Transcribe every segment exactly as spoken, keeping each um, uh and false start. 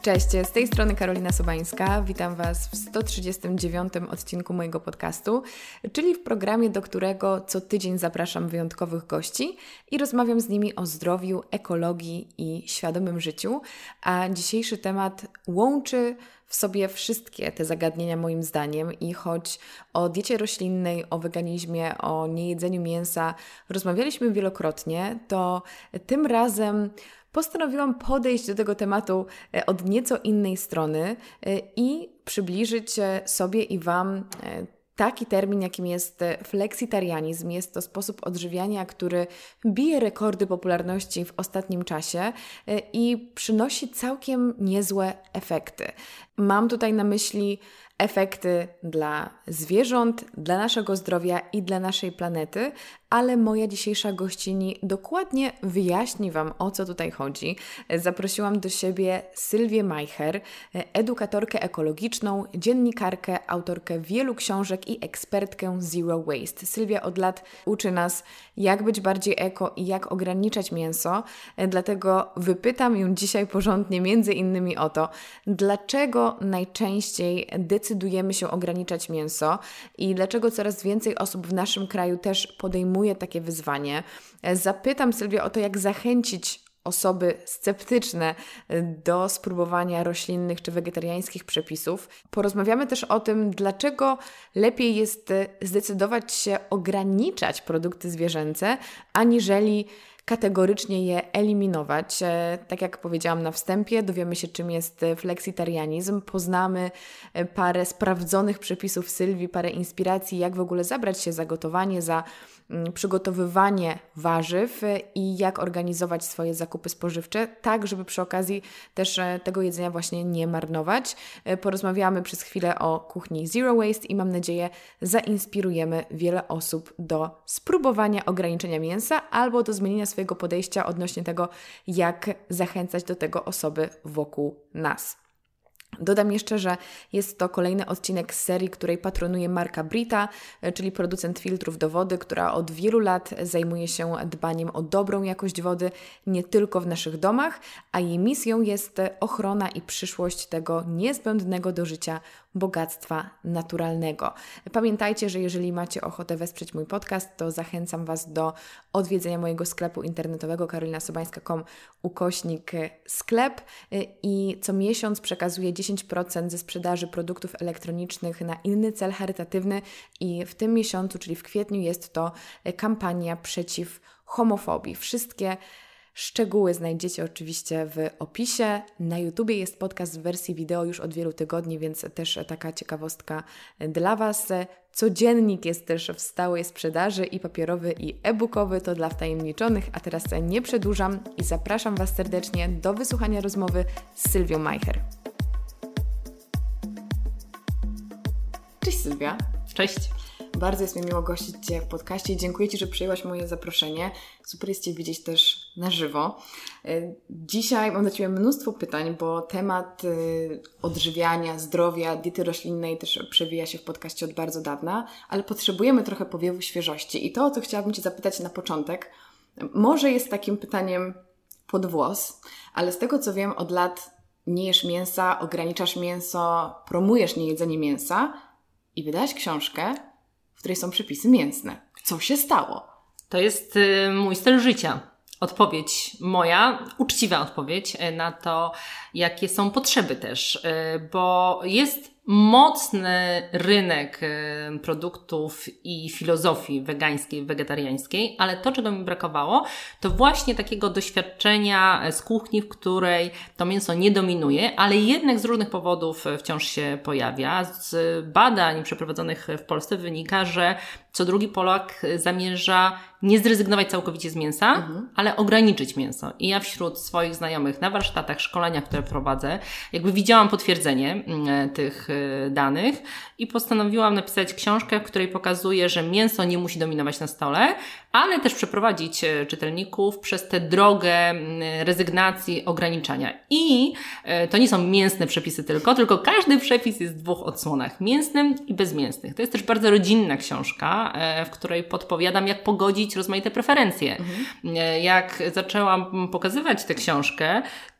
Cześć, z tej strony Karolina Sobańska. Witam Was w sto trzydziestym dziewiątym odcinku mojego podcastu, czyli w programie, do którego co tydzień zapraszam wyjątkowych gości i rozmawiam z nimi o zdrowiu, ekologii i świadomym życiu. A dzisiejszy temat łączy w sobie wszystkie te zagadnienia moim zdaniem i choć o diecie roślinnej, o weganizmie, o niejedzeniu mięsa rozmawialiśmy wielokrotnie, to tym razem postanowiłam podejść do tego tematu od nieco innej strony i przybliżyć sobie i Wam taki termin, jakim jest fleksitarianizm. Jest to sposób odżywiania, który bije rekordy popularności w ostatnim czasie i przynosi całkiem niezłe efekty. Mam tutaj na myśli efekty dla zwierząt, dla naszego zdrowia i dla naszej planety, ale moja dzisiejsza gościni dokładnie wyjaśni Wam, o co tutaj chodzi. Zaprosiłam do siebie Sylwię Majcher, edukatorkę ekologiczną, dziennikarkę, autorkę wielu książek i ekspertkę Zero Waste. Sylwia od lat uczy nas, jak być bardziej eko i jak ograniczać mięso, dlatego wypytam ją dzisiaj porządnie między innymi o to, dlaczego najczęściej decydujemy się ograniczać mięso i dlaczego coraz więcej osób w naszym kraju też podejmuje takie wyzwanie. Zapytam Sylwię o to, jak zachęcić osoby sceptyczne do spróbowania roślinnych czy wegetariańskich przepisów. Porozmawiamy też o tym, dlaczego lepiej jest zdecydować się ograniczać produkty zwierzęce, aniżeli kategorycznie je eliminować. Tak jak powiedziałam na wstępie, dowiemy się, czym jest fleksitarianizm, poznamy parę sprawdzonych przepisów Sylwii, parę inspiracji, jak w ogóle zabrać się za gotowanie, za przygotowywanie warzyw i jak organizować swoje zakupy spożywcze, tak żeby przy okazji też tego jedzenia właśnie nie marnować. Porozmawiamy przez chwilę o kuchni Zero Waste i mam nadzieję zainspirujemy wiele osób do spróbowania ograniczenia mięsa albo do zmienienia swojego podejścia odnośnie tego, jak zachęcać do tego osoby wokół nas. Dodam jeszcze, że jest to kolejny odcinek z serii, której patronuje marka Brita, czyli producent filtrów do wody, która od wielu lat zajmuje się dbaniem o dobrą jakość wody nie tylko w naszych domach, a jej misją jest ochrona i przyszłość tego niezbędnego do życia bogactwa naturalnego. Pamiętajcie, że jeżeli macie ochotę wesprzeć mój podcast, to zachęcam Was do odwiedzenia mojego sklepu internetowego karolinasobańska kropka com ukośnik sklep i co miesiąc przekazuję dziesięć procent ze sprzedaży produktów elektronicznych na inny cel charytatywny i w tym miesiącu, czyli w kwietniu, jest to kampania przeciw homofobii. Wszystkie szczegóły znajdziecie oczywiście w opisie. Na YouTubie jest podcast w wersji wideo już od wielu tygodni, więc też taka ciekawostka dla Was. Codziennik jest też w stałej sprzedaży i papierowy, i e-bookowy, to dla wtajemniczonych, a teraz nie przedłużam i zapraszam Was serdecznie do wysłuchania rozmowy z Sylwią Majcher. Cześć Sylwia. Cześć. Bardzo jest mi miło gościć Cię w podcaście i dziękuję Ci, że przyjęłaś moje zaproszenie. Super jest Cię widzieć też na żywo. Dzisiaj mam do Ciebie mnóstwo pytań, bo temat odżywiania, zdrowia, diety roślinnej też przewija się w podcaście od bardzo dawna, ale potrzebujemy trochę powiewu świeżości. I to, o co chciałabym Cię zapytać na początek, może jest takim pytaniem pod włos, ale z tego, co wiem, od lat nie jesz mięsa, ograniczasz mięso, promujesz niejedzenie mięsa i wydałaś książkę, w której są przepisy mięsne. Co się stało? To jest y, mój styl życia. Odpowiedź moja, uczciwa odpowiedź na to, jakie są potrzeby też, y, bo jest mocny rynek y, produktów i filozofii wegańskiej, wegetariańskiej, ale to, czego mi brakowało, to właśnie takiego doświadczenia z kuchni, w której to mięso nie dominuje, ale jednak z różnych powodów wciąż się pojawia. Z badań przeprowadzonych w Polsce wynika, że co drugi Polak zamierza nie zrezygnować całkowicie z mięsa, mhm. ale ograniczyć mięso. I ja wśród swoich znajomych na warsztatach, szkoleniach, które prowadzę, jakby widziałam potwierdzenie tych danych i postanowiłam napisać książkę, w której pokazuję, że mięso nie musi dominować na stole, ale też przeprowadzić czytelników przez tę drogę rezygnacji, ograniczania. I to nie są mięsne przepisy tylko, tylko każdy przepis jest w dwóch odsłonach, mięsnym i bezmięsnych. To jest też bardzo rodzinna książka, w której podpowiadam, jak pogodzić rozmaite preferencje. Mhm. Jak zaczęłam pokazywać tę książkę,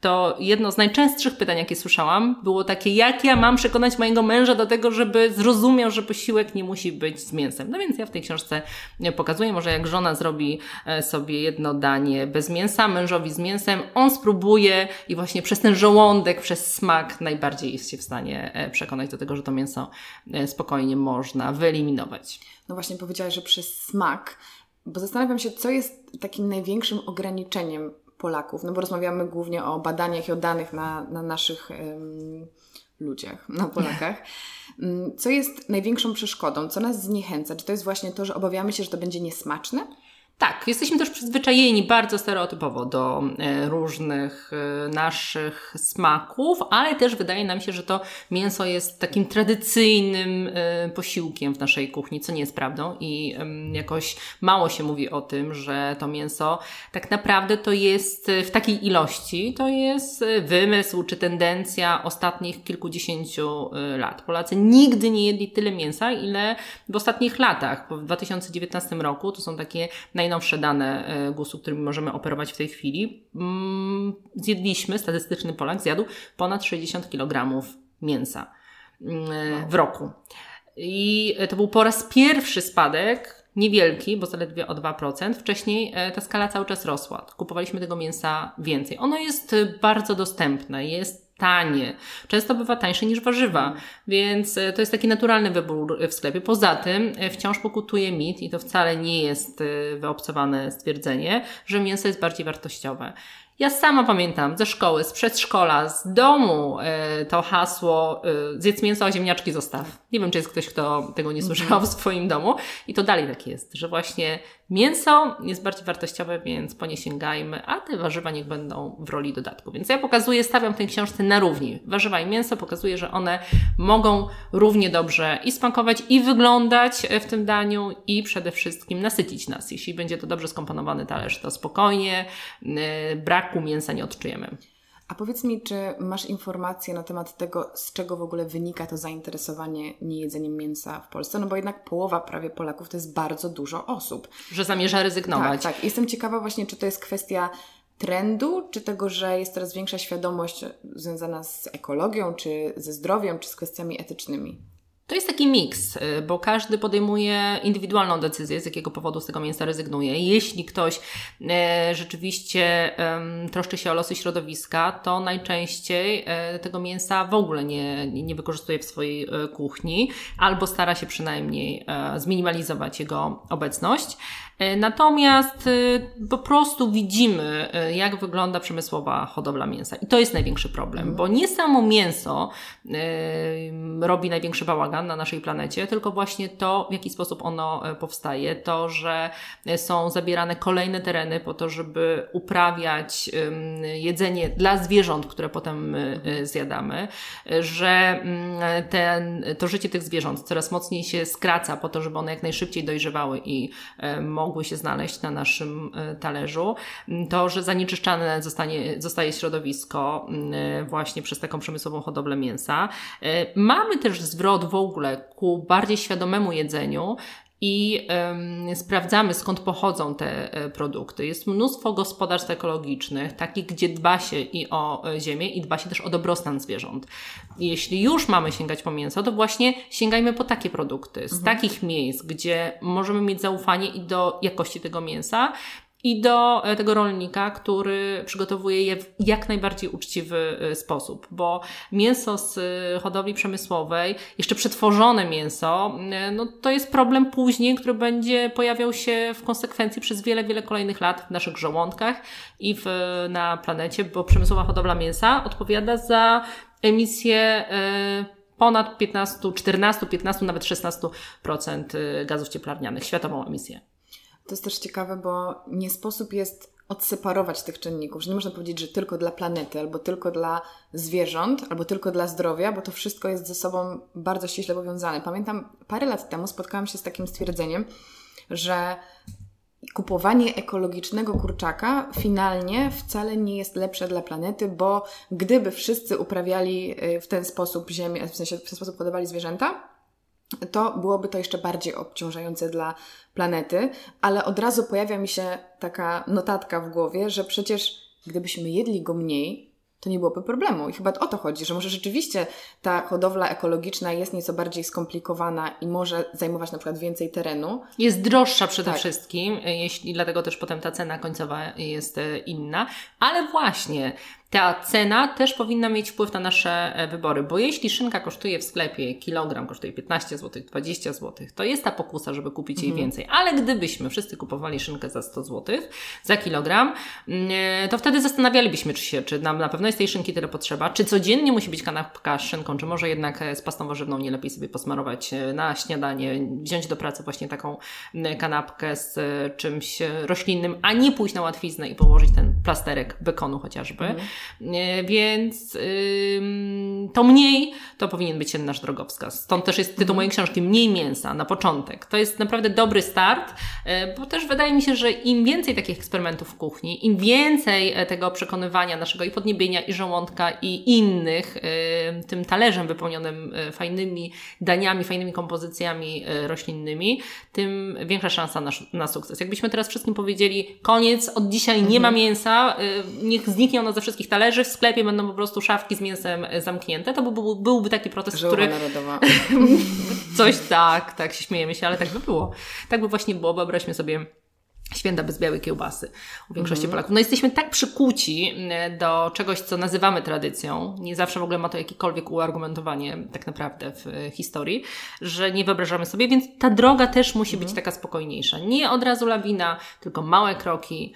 to jedno z najczęstszych pytań, jakie słyszałam, było takie, jak ja mam przekonać mojego męża do tego, żeby zrozumiał, że posiłek nie musi być z mięsem. No więc ja w tej książce pokazuję, może jak żona zrobi sobie jedno danie bez mięsa, mężowi z mięsem, on spróbuje i właśnie przez ten żołądek, przez smak najbardziej jest się w stanie przekonać do tego, że to mięso spokojnie można wyeliminować. No właśnie powiedziałaś, że przez smak, bo zastanawiam się, co jest takim największym ograniczeniem Polaków, no bo rozmawiamy głównie o badaniach i o danych na, na naszych um, ludziach, na Polakach. Co jest największą przeszkodą? Co nas zniechęca? Czy to jest właśnie to, że obawiamy się, że to będzie niesmaczne? Tak, jesteśmy też przyzwyczajeni bardzo stereotypowo do e, różnych e, naszych smaków, ale też wydaje nam się, że to mięso jest takim tradycyjnym e, posiłkiem w naszej kuchni, co nie jest prawdą i e, jakoś mało się mówi o tym, że to mięso tak naprawdę to jest w takiej ilości, to jest wymysł czy tendencja ostatnich kilkudziesięciu e, lat. Polacy nigdy nie jedli tyle mięsa, ile w ostatnich latach. W dwa tysiące dziewiętnastym roku to są takie najnowsze dane gusu, którymi możemy operować w tej chwili. Zjedliśmy, statystyczny Polak zjadł ponad sześćdziesiąt kilogramów mięsa w roku. I to był po raz pierwszy spadek, niewielki, bo zaledwie o dwa procent. Wcześniej ta skala cały czas rosła. Kupowaliśmy tego mięsa więcej. Ono jest bardzo dostępne, jest tanie. Często bywa tańsze niż warzywa, mm. więc to jest taki naturalny wybór w sklepie. Poza tym wciąż pokutuje mit, i to wcale nie jest wyobcowane stwierdzenie, że mięso jest bardziej wartościowe. Ja sama pamiętam ze szkoły, z przedszkola, z domu y, to hasło y, zjedz mięso, a ziemniaczki zostaw. Nie wiem, czy jest ktoś, kto tego nie słyszał w swoim domu. I to dalej tak jest, że właśnie mięso jest bardziej wartościowe, więc po nie sięgajmy, a te warzywa niech będą w roli dodatku. Więc ja pokazuję, stawiam w tej książce na równi. Warzywa i mięso, pokazuję, że one mogą równie dobrze i smakować, i wyglądać w tym daniu, i przede wszystkim nasycić nas. Jeśli będzie to dobrze skomponowany talerz, to spokojnie, yy, braku mięsa nie odczujemy. A powiedz mi, czy masz informacje na temat tego, z czego w ogóle wynika to zainteresowanie niejedzeniem mięsa w Polsce? No bo jednak połowa prawie Polaków to jest bardzo dużo osób. Że zamierza rezygnować. Tak, tak. Jestem ciekawa właśnie, czy to jest kwestia trendu, czy tego, że jest coraz większa świadomość związana z ekologią, czy ze zdrowiem, czy z kwestiami etycznymi? To jest taki miks, bo każdy podejmuje indywidualną decyzję, z jakiego powodu z tego mięsa rezygnuje. Jeśli ktoś e, rzeczywiście e, troszczy się o losy środowiska, to najczęściej e, tego mięsa w ogóle nie, nie wykorzystuje w swojej e, kuchni, albo stara się przynajmniej e, zminimalizować jego obecność. E, natomiast e, po prostu widzimy, e, jak wygląda przemysłowa hodowla mięsa. I to jest największy problem, mm. bo nie samo mięso e, robi największy bałagan na naszej planecie, tylko właśnie to, w jaki sposób ono powstaje, to, że są zabierane kolejne tereny po to, żeby uprawiać jedzenie dla zwierząt, które potem zjadamy, że ten, to życie tych zwierząt coraz mocniej się skraca po to, żeby one jak najszybciej dojrzewały i mogły się znaleźć na naszym talerzu, to, że zanieczyszczane zostanie, zostaje środowisko właśnie przez taką przemysłową hodowlę mięsa. Mamy też zwrot w ogóle ku bardziej świadomemu jedzeniu i um, sprawdzamy, skąd pochodzą te e, produkty. Jest mnóstwo gospodarstw ekologicznych, takich, gdzie dba się i o e, ziemię, i dba się też o dobrostan zwierząt. Jeśli już mamy sięgać po mięso, to właśnie sięgajmy po takie produkty, z mhm. takich miejsc, gdzie możemy mieć zaufanie i do jakości tego mięsa, i do tego rolnika, który przygotowuje je w jak najbardziej uczciwy sposób, bo mięso z hodowli przemysłowej, jeszcze przetworzone mięso, no to jest problem później, który będzie pojawiał się w konsekwencji przez wiele, wiele kolejnych lat w naszych żołądkach i w, na planecie, bo przemysłowa hodowla mięsa odpowiada za emisję y, ponad piętnaście, czternaście, piętnaście, nawet szesnaście procent gazów cieplarnianych, światową emisję. To jest też ciekawe, bo nie sposób jest odseparować tych czynników, że nie można powiedzieć, że tylko dla planety, albo tylko dla zwierząt, albo tylko dla zdrowia, bo to wszystko jest ze sobą bardzo ściśle powiązane. Pamiętam, parę lat temu spotkałam się z takim stwierdzeniem, że kupowanie ekologicznego kurczaka finalnie wcale nie jest lepsze dla planety, bo gdyby wszyscy uprawiali w ten sposób ziemię, w sensie w ten sposób hodowali zwierzęta, to byłoby to jeszcze bardziej obciążające dla planety, ale od razu pojawia mi się taka notatka w głowie, że przecież gdybyśmy jedli go mniej, to nie byłoby problemu. I chyba o to chodzi, że może rzeczywiście ta hodowla ekologiczna jest nieco bardziej skomplikowana i może zajmować na przykład więcej terenu. Jest droższa przede tak. wszystkim, jeśli, dlatego też potem ta cena końcowa jest inna, ale właśnie ta cena też powinna mieć wpływ na nasze wybory, bo jeśli szynka kosztuje w sklepie, kilogram kosztuje piętnaście złotych, dwadzieścia złotych, to jest ta pokusa, żeby kupić jej mhm. więcej. Ale gdybyśmy wszyscy kupowali szynkę za sto złotych za kilogram, to wtedy zastanawialibyśmy się, czy nam na pewno jest tej szynki tyle potrzeba, czy codziennie musi być kanapka z szynką, czy może jednak z pastą warzywną nie lepiej sobie posmarować na śniadanie, wziąć do pracy właśnie taką kanapkę z czymś roślinnym, a nie pójść na łatwiznę i położyć ten plasterek bekonu chociażby. Mhm. Więc ym, to mniej to powinien być ten nasz drogowskaz. Stąd też jest tytuł mojej książki Mniej mięsa na początek. To jest naprawdę dobry start, yy, bo też wydaje mi się, że im więcej takich eksperymentów w kuchni, im więcej tego przekonywania naszego i podniebienia, i żołądka, i innych yy, tym talerzem wypełnionym yy, fajnymi daniami, fajnymi kompozycjami yy, roślinnymi, tym większa szansa na, na sukces. Jakbyśmy teraz wszystkim powiedzieli, koniec, od dzisiaj nie ma mięsa, yy, niech zniknie ono ze wszystkich talerzy, w sklepie będą po prostu szafki z mięsem zamknięte, to byłby, byłby taki protest, Żałoba który... narodowa. Coś tak, tak, się śmiejemy się, ale tak by było. Tak by właśnie było, wyobraźmy sobie święta bez białej kiełbasy u większości mm-hmm. Polaków. No jesteśmy tak przykuci do czegoś, co nazywamy tradycją, nie zawsze w ogóle ma to jakiekolwiek uargumentowanie tak naprawdę w historii, że nie wyobrażamy sobie, więc ta droga też musi mm-hmm. być taka spokojniejsza. Nie od razu lawina, tylko małe kroki,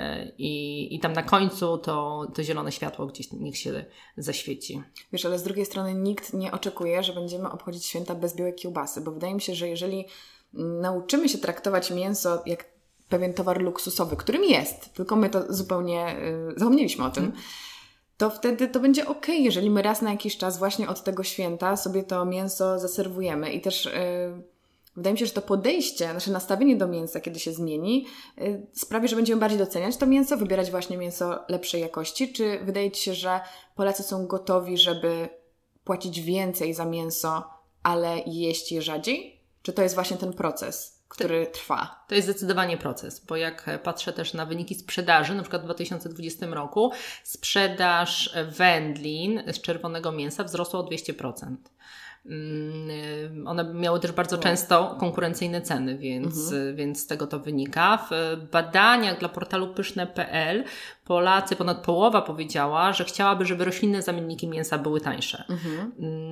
I, i tam na końcu to, to zielone światło gdzieś niech się zaświeci. Wiesz, ale z drugiej strony nikt nie oczekuje, że będziemy obchodzić święta bez białej kiełbasy, bo wydaje mi się, że jeżeli nauczymy się traktować mięso jak pewien towar luksusowy, którym jest, tylko my to zupełnie y, zapomnieliśmy o tym, mm. to wtedy to będzie okej, okay, jeżeli my raz na jakiś czas właśnie od tego święta sobie to mięso zaserwujemy i też... Y, Wydaje mi się, że to podejście, nasze nastawienie do mięsa, kiedy się zmieni, yy, sprawi, że będziemy bardziej doceniać to mięso, wybierać właśnie mięso lepszej jakości. Czy wydaje Ci się, że Polacy są gotowi, żeby płacić więcej za mięso, ale jeść je rzadziej? Czy to jest właśnie ten proces, który to, trwa? To jest zdecydowanie proces, bo jak patrzę też na wyniki sprzedaży, na przykład w dwa tysiące dwudziestym roku sprzedaż wędlin z czerwonego mięsa wzrosła o dwieście procent. One miały też bardzo często konkurencyjne ceny, więc, mhm. więc z tego to wynika. W badaniach dla portalu pyszne kropka pe el Polacy, ponad połowa powiedziała, że chciałaby, żeby roślinne zamienniki mięsa były tańsze. Mhm.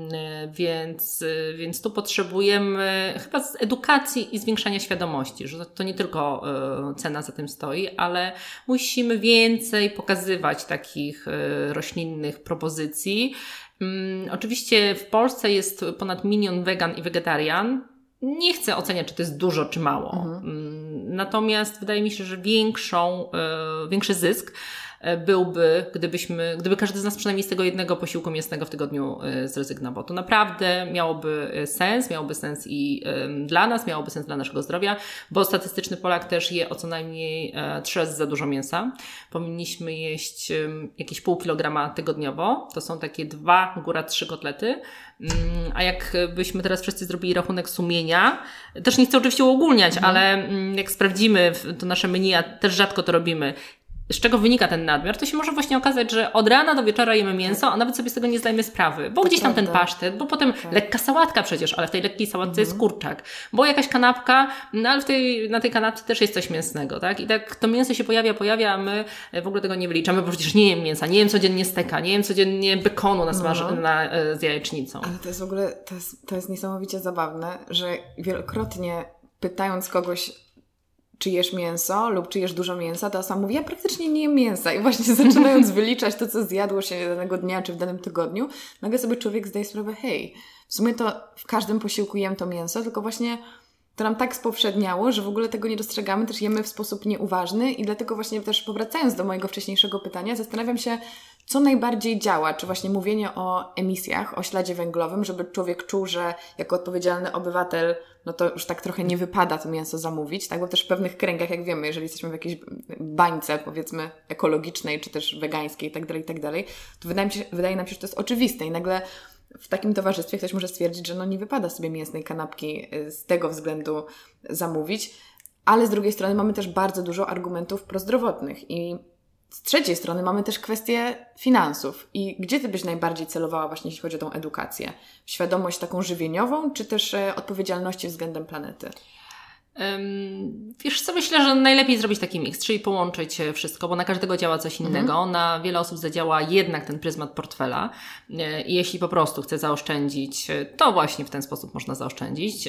Więc, więc tu potrzebujemy chyba z edukacji i zwiększania świadomości, że to nie tylko cena za tym stoi, ale musimy więcej pokazywać takich roślinnych propozycji. Um, oczywiście w Polsce jest ponad milion wegan i wegetarian. Nie chcę oceniać, czy to jest dużo, czy mało. Mhm. Um, natomiast wydaje mi się, że większą, e, większy zysk byłby, gdybyśmy, gdyby każdy z nas przynajmniej z tego jednego posiłku mięsnego w tygodniu zrezygnował. To naprawdę miałoby sens, miałoby sens i y, dla nas, miałoby sens dla naszego zdrowia, bo statystyczny Polak też je o co najmniej y, trzy razy za dużo mięsa. Powinniśmy jeść y, jakieś pół kilograma tygodniowo. To są takie dwa, góra trzy kotlety. Y, a jak byśmy teraz wszyscy zrobili rachunek sumienia, też nie chcę oczywiście uogólniać, mhm. ale y, jak sprawdzimy to nasze menu, a też rzadko to robimy, z czego wynika ten nadmiar, to się może właśnie okazać, że od rana do wieczora jemy mięso, a nawet sobie z tego nie zdajemy sprawy, bo to gdzieś tam prawda. Ten pasztet, bo potem tak. lekka sałatka przecież, ale w tej lekkiej sałatce mhm. jest kurczak, bo jakaś kanapka, no ale w tej, na tej kanapce też jest coś mięsnego, tak? I tak to mięso się pojawia, pojawia, a my w ogóle tego nie wyliczamy, bo przecież nie jem mięsa, nie jem codziennie steka, nie jem codziennie bekonu na smaż, no. na, z jajecznicą. Ale to jest w ogóle, to jest, to jest niesamowicie zabawne, że wielokrotnie pytając kogoś, czy jesz mięso lub czy jesz dużo mięsa, to sam mówi, ja praktycznie nie jem mięsa. I właśnie zaczynając wyliczać to, co zjadło się danego dnia czy w danym tygodniu, nagle sobie człowiek zdaje sprawę, hej, w sumie to w każdym posiłku jem to mięso, tylko właśnie to nam tak spowszedniało, że w ogóle tego nie dostrzegamy, też jemy w sposób nieuważny i dlatego właśnie też powracając do mojego wcześniejszego pytania, zastanawiam się, co najbardziej działa, czy właśnie mówienie o emisjach, o śladzie węglowym, żeby człowiek czuł, że jako odpowiedzialny obywatel, no to już tak trochę nie wypada to mięso zamówić, tak? Bo też w pewnych kręgach, jak wiemy, jeżeli jesteśmy w jakiejś bańce, powiedzmy, ekologicznej, czy też wegańskiej i tak dalej, i tak dalej, to wydaje mi się, wydaje nam się, że to jest oczywiste i nagle w takim towarzystwie ktoś może stwierdzić, że no nie wypada sobie mięsnej kanapki z tego względu zamówić, ale z drugiej strony mamy też bardzo dużo argumentów prozdrowotnych i z trzeciej strony mamy też kwestię finansów. I gdzie Ty byś najbardziej celowała właśnie, jeśli chodzi o tą edukację? Świadomość taką żywieniową, czy też e, odpowiedzialności względem planety? Um, wiesz co, myślę, że najlepiej zrobić taki miks, czyli połączyć wszystko, bo na każdego działa coś innego. Mhm. Na wiele osób zadziała jednak ten pryzmat portfela i jeśli po prostu chce zaoszczędzić, to właśnie w ten sposób można zaoszczędzić.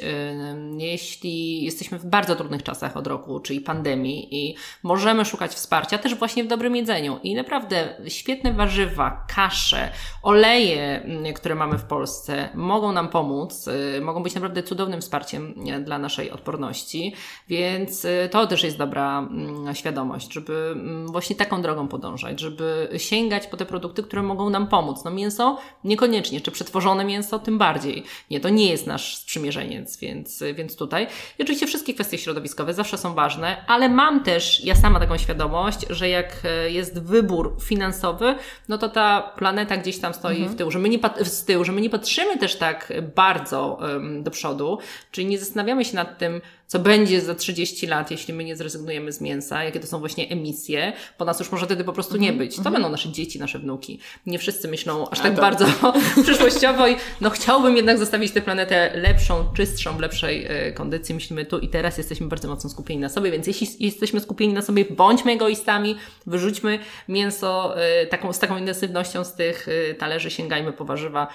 Jeśli jesteśmy w bardzo trudnych czasach od roku, czyli pandemii i możemy szukać wsparcia też właśnie w dobrym jedzeniu i naprawdę świetne warzywa, kasze, oleje, które mamy w Polsce mogą nam pomóc, mogą być naprawdę cudownym wsparciem dla naszej odporności. Więc to też jest dobra świadomość, żeby właśnie taką drogą podążać, żeby sięgać po te produkty, które mogą nam pomóc. No mięso niekoniecznie, czy przetworzone mięso tym bardziej. Nie, to nie jest nasz sprzymierzeniec, więc, więc tutaj. I oczywiście wszystkie kwestie środowiskowe zawsze są ważne, ale mam też ja sama taką świadomość, że jak jest wybór finansowy, no to ta planeta gdzieś tam stoi mhm. w tył, że my nie pat- z tyłu, że my nie patrzymy też tak bardzo um, do przodu, czyli nie zastanawiamy się nad tym, co będzie za trzydzieści lat, jeśli my nie zrezygnujemy z mięsa, jakie to są właśnie emisje, bo nas już może wtedy po prostu nie być. To mm-hmm. będą nasze dzieci, nasze wnuki. Nie wszyscy myślą aż A tak to... bardzo przyszłościowo i no chciałbym jednak zostawić tę planetę lepszą, czystszą, w lepszej e, kondycji. Myślimy tu i teraz, jesteśmy bardzo mocno skupieni na sobie, więc jeśli jesteśmy skupieni na sobie, bądźmy egoistami, wyrzućmy mięso e, taką, z taką intensywnością z tych e, talerzy, sięgajmy po warzywa,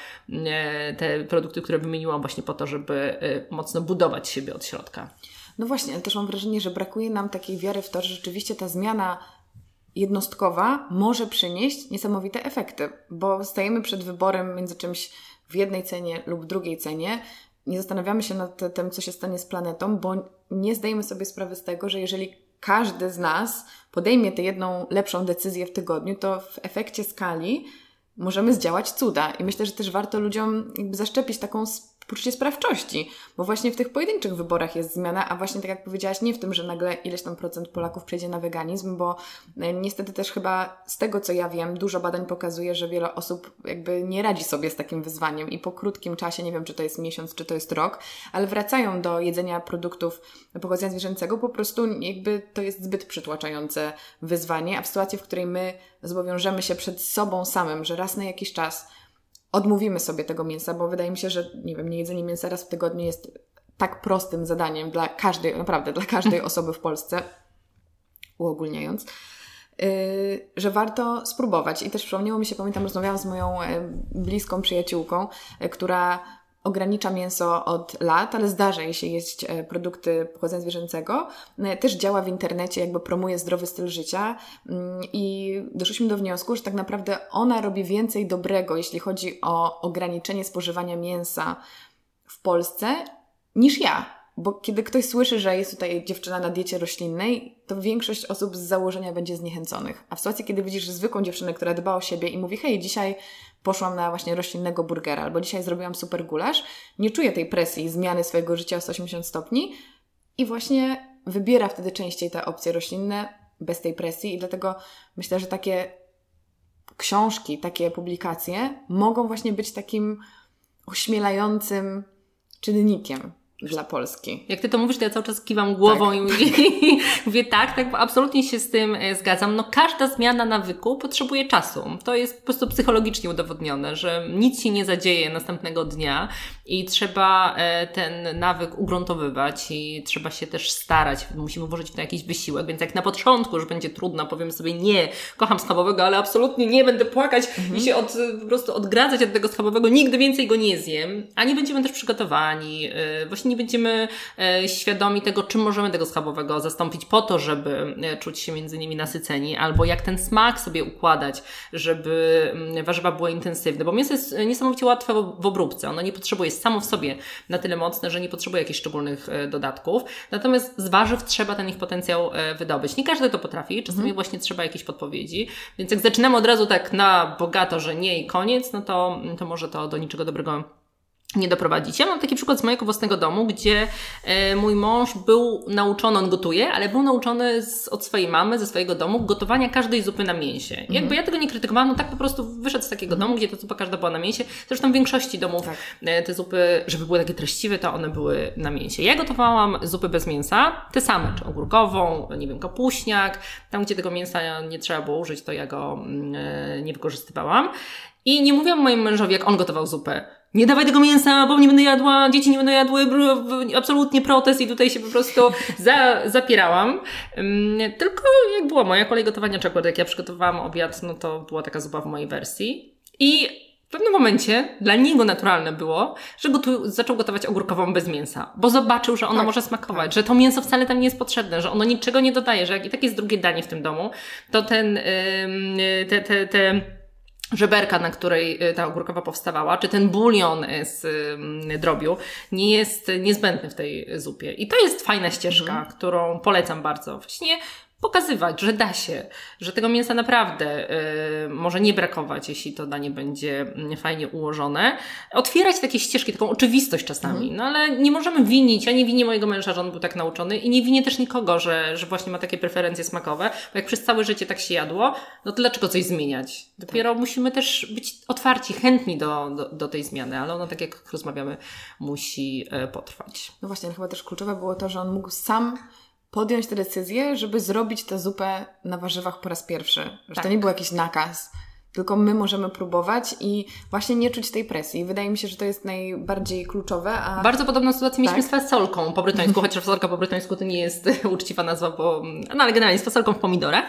e, te produkty, które wymieniłam właśnie po to, żeby e, mocno budować siebie od środka. No właśnie, ale też mam wrażenie, że brakuje nam takiej wiary w to, że rzeczywiście ta zmiana jednostkowa może przynieść niesamowite efekty, bo stajemy przed wyborem między czymś w jednej cenie lub drugiej cenie. Nie zastanawiamy się nad tym, co się stanie z planetą, bo nie zdajemy sobie sprawy z tego, że jeżeli każdy z nas podejmie tę jedną lepszą decyzję w tygodniu, to w efekcie skali możemy zdziałać cuda. I myślę, że też warto ludziom jakby zaszczepić taką poczucie sprawczości, bo właśnie w tych pojedynczych wyborach jest zmiana, a właśnie tak jak powiedziałaś, nie w tym, że nagle ileś tam procent Polaków przejdzie na weganizm, bo niestety też chyba z tego, co ja wiem, dużo badań pokazuje, że wiele osób jakby nie radzi sobie z takim wyzwaniem i po krótkim czasie, nie wiem, czy to jest miesiąc, czy to jest rok, ale wracają do jedzenia produktów pochodzenia zwierzęcego, po prostu jakby to jest zbyt przytłaczające wyzwanie, a w sytuacji, w której my zobowiążemy się przed sobą samym, że raz na jakiś czas odmówimy sobie tego mięsa, bo wydaje mi się, że nie wiem, niejedzenie mięsa raz w tygodniu jest tak prostym zadaniem dla każdej, naprawdę dla każdej osoby w Polsce, uogólniając, yy, że warto spróbować. I też przypomniało mi się, pamiętam, rozmawiałam z moją yy, bliską przyjaciółką, yy, która ogranicza mięso od lat, ale zdarza jej się jeść produkty pochodzenia zwierzęcego. Też działa w internecie, jakby promuje zdrowy styl życia i doszliśmy do wniosku, że tak naprawdę ona robi więcej dobrego, jeśli chodzi o ograniczenie spożywania mięsa w Polsce, niż ja. Bo kiedy ktoś słyszy, że jest tutaj dziewczyna na diecie roślinnej, to większość osób z założenia będzie zniechęconych. A w sytuacji, kiedy widzisz zwykłą dziewczynę, która dba o siebie i mówi, hej, dzisiaj poszłam na właśnie roślinnego burgera, albo dzisiaj zrobiłam super gulasz, nie czuje tej presji zmiany swojego życia o sto osiemdziesiąt stopni i właśnie wybiera wtedy częściej te opcje roślinne bez tej presji i dlatego myślę, że takie książki, takie publikacje mogą właśnie być takim ośmielającym czynnikiem dla Polski. Jak Ty to mówisz, to ja cały czas kiwam głową tak. i mówię, mówię tak, tak, bo absolutnie się z tym zgadzam. No każda zmiana nawyku potrzebuje czasu. To jest po prostu psychologicznie udowodnione, że nic się nie zadzieje następnego dnia i trzeba ten nawyk ugruntowywać i trzeba się też starać. Musimy włożyć w to jakiś wysiłek, więc jak na początku już będzie trudno, powiemy sobie nie, kocham schabowego, ale absolutnie nie będę płakać mhm. i się od, po prostu odgradzać od tego schabowego, nigdy więcej go nie zjem, a nie będziemy też przygotowani, właśnie nie będziemy e, świadomi tego, czym możemy tego schabowego zastąpić po to, żeby e, czuć się między nimi nasyceni, albo jak ten smak sobie układać, żeby m, warzywa były intensywne, bo mięso jest niesamowicie łatwe w, w obróbce, ono nie potrzebuje, jest samo w sobie na tyle mocne, że nie potrzebuje jakichś szczególnych e, dodatków, natomiast z warzyw trzeba ten ich potencjał e, wydobyć. Nie każdy to potrafi, czasami mhm. właśnie trzeba jakiejś podpowiedzi, więc jak zaczynamy od razu tak na bogato, że nie i koniec, no to, to może to do niczego dobrego nie doprowadzić. Ja mam taki przykład z mojego własnego domu, gdzie e, mój mąż był nauczony, on gotuje, ale był nauczony z, od swojej mamy, ze swojego domu, gotowania każdej zupy na mięsie. Mm. Jakby ja tego nie krytykowałam, no tak po prostu wyszedł z takiego mm. domu, gdzie ta zupa każda była na mięsie. Zresztą w większości domów tak. e, te zupy, żeby były takie treściwe, to one były na mięsie. Ja gotowałam zupy bez mięsa, te same, czy ogórkową, nie wiem, kapuśniak. Tam, gdzie tego mięsa nie trzeba było użyć, to ja go e, nie wykorzystywałam. I nie mówiłam mojemu mężowi, jak on gotował zupę. Nie dawaj tego mięsa, bo nie będę jadła, dzieci nie będą jadły, absolutnie protest i tutaj się po prostu za, zapierałam. Um, tylko jak była moja kolej gotowania, czy akurat jak ja przygotowałam obiad, no to była taka zupa w mojej wersji. I w pewnym momencie dla niego naturalne było, że gotu- zaczął gotować ogórkową bez mięsa, bo zobaczył, że ona tak, może smakować, tak. że to mięso wcale tam nie jest potrzebne, że ono niczego nie dodaje, że jak i tak jest drugie danie w tym domu, to ten, yy, te, te, te żeberka, na której ta ogórkowa powstawała, czy ten bulion z y, drobiu nie jest niezbędny w tej zupie. I to jest fajna ścieżka, mhm. którą polecam bardzo. Właśnie pokazywać, że da się, że tego mięsa naprawdę y, może nie brakować, jeśli to danie będzie fajnie ułożone. Otwierać takie ścieżki, taką oczywistość czasami. Mhm. No ale nie możemy winić, ja nie winię mojego męża, że on był tak nauczony i nie winię też nikogo, że, że właśnie ma takie preferencje smakowe, bo jak przez całe życie tak się jadło, no to dlaczego coś zmieniać? Dopiero tak. musimy też być otwarci, chętni do, do, do tej zmiany, ale ono, tak jak rozmawiamy, musi y, potrwać. No właśnie, chyba też kluczowe było to, że on mógł sam podjąć tę decyzję, żeby zrobić tę zupę na warzywach po raz pierwszy. Że tak. to nie był jakiś nakaz, tylko my możemy próbować i właśnie nie czuć tej presji. Wydaje mi się, że to jest najbardziej kluczowe. A... Bardzo podobną sytuację tak? mieliśmy z fasolką po brytońsku, chociaż fasolka po brytońsku to nie jest uczciwa nazwa, bo, no ale generalnie z fasolką w pomidorach.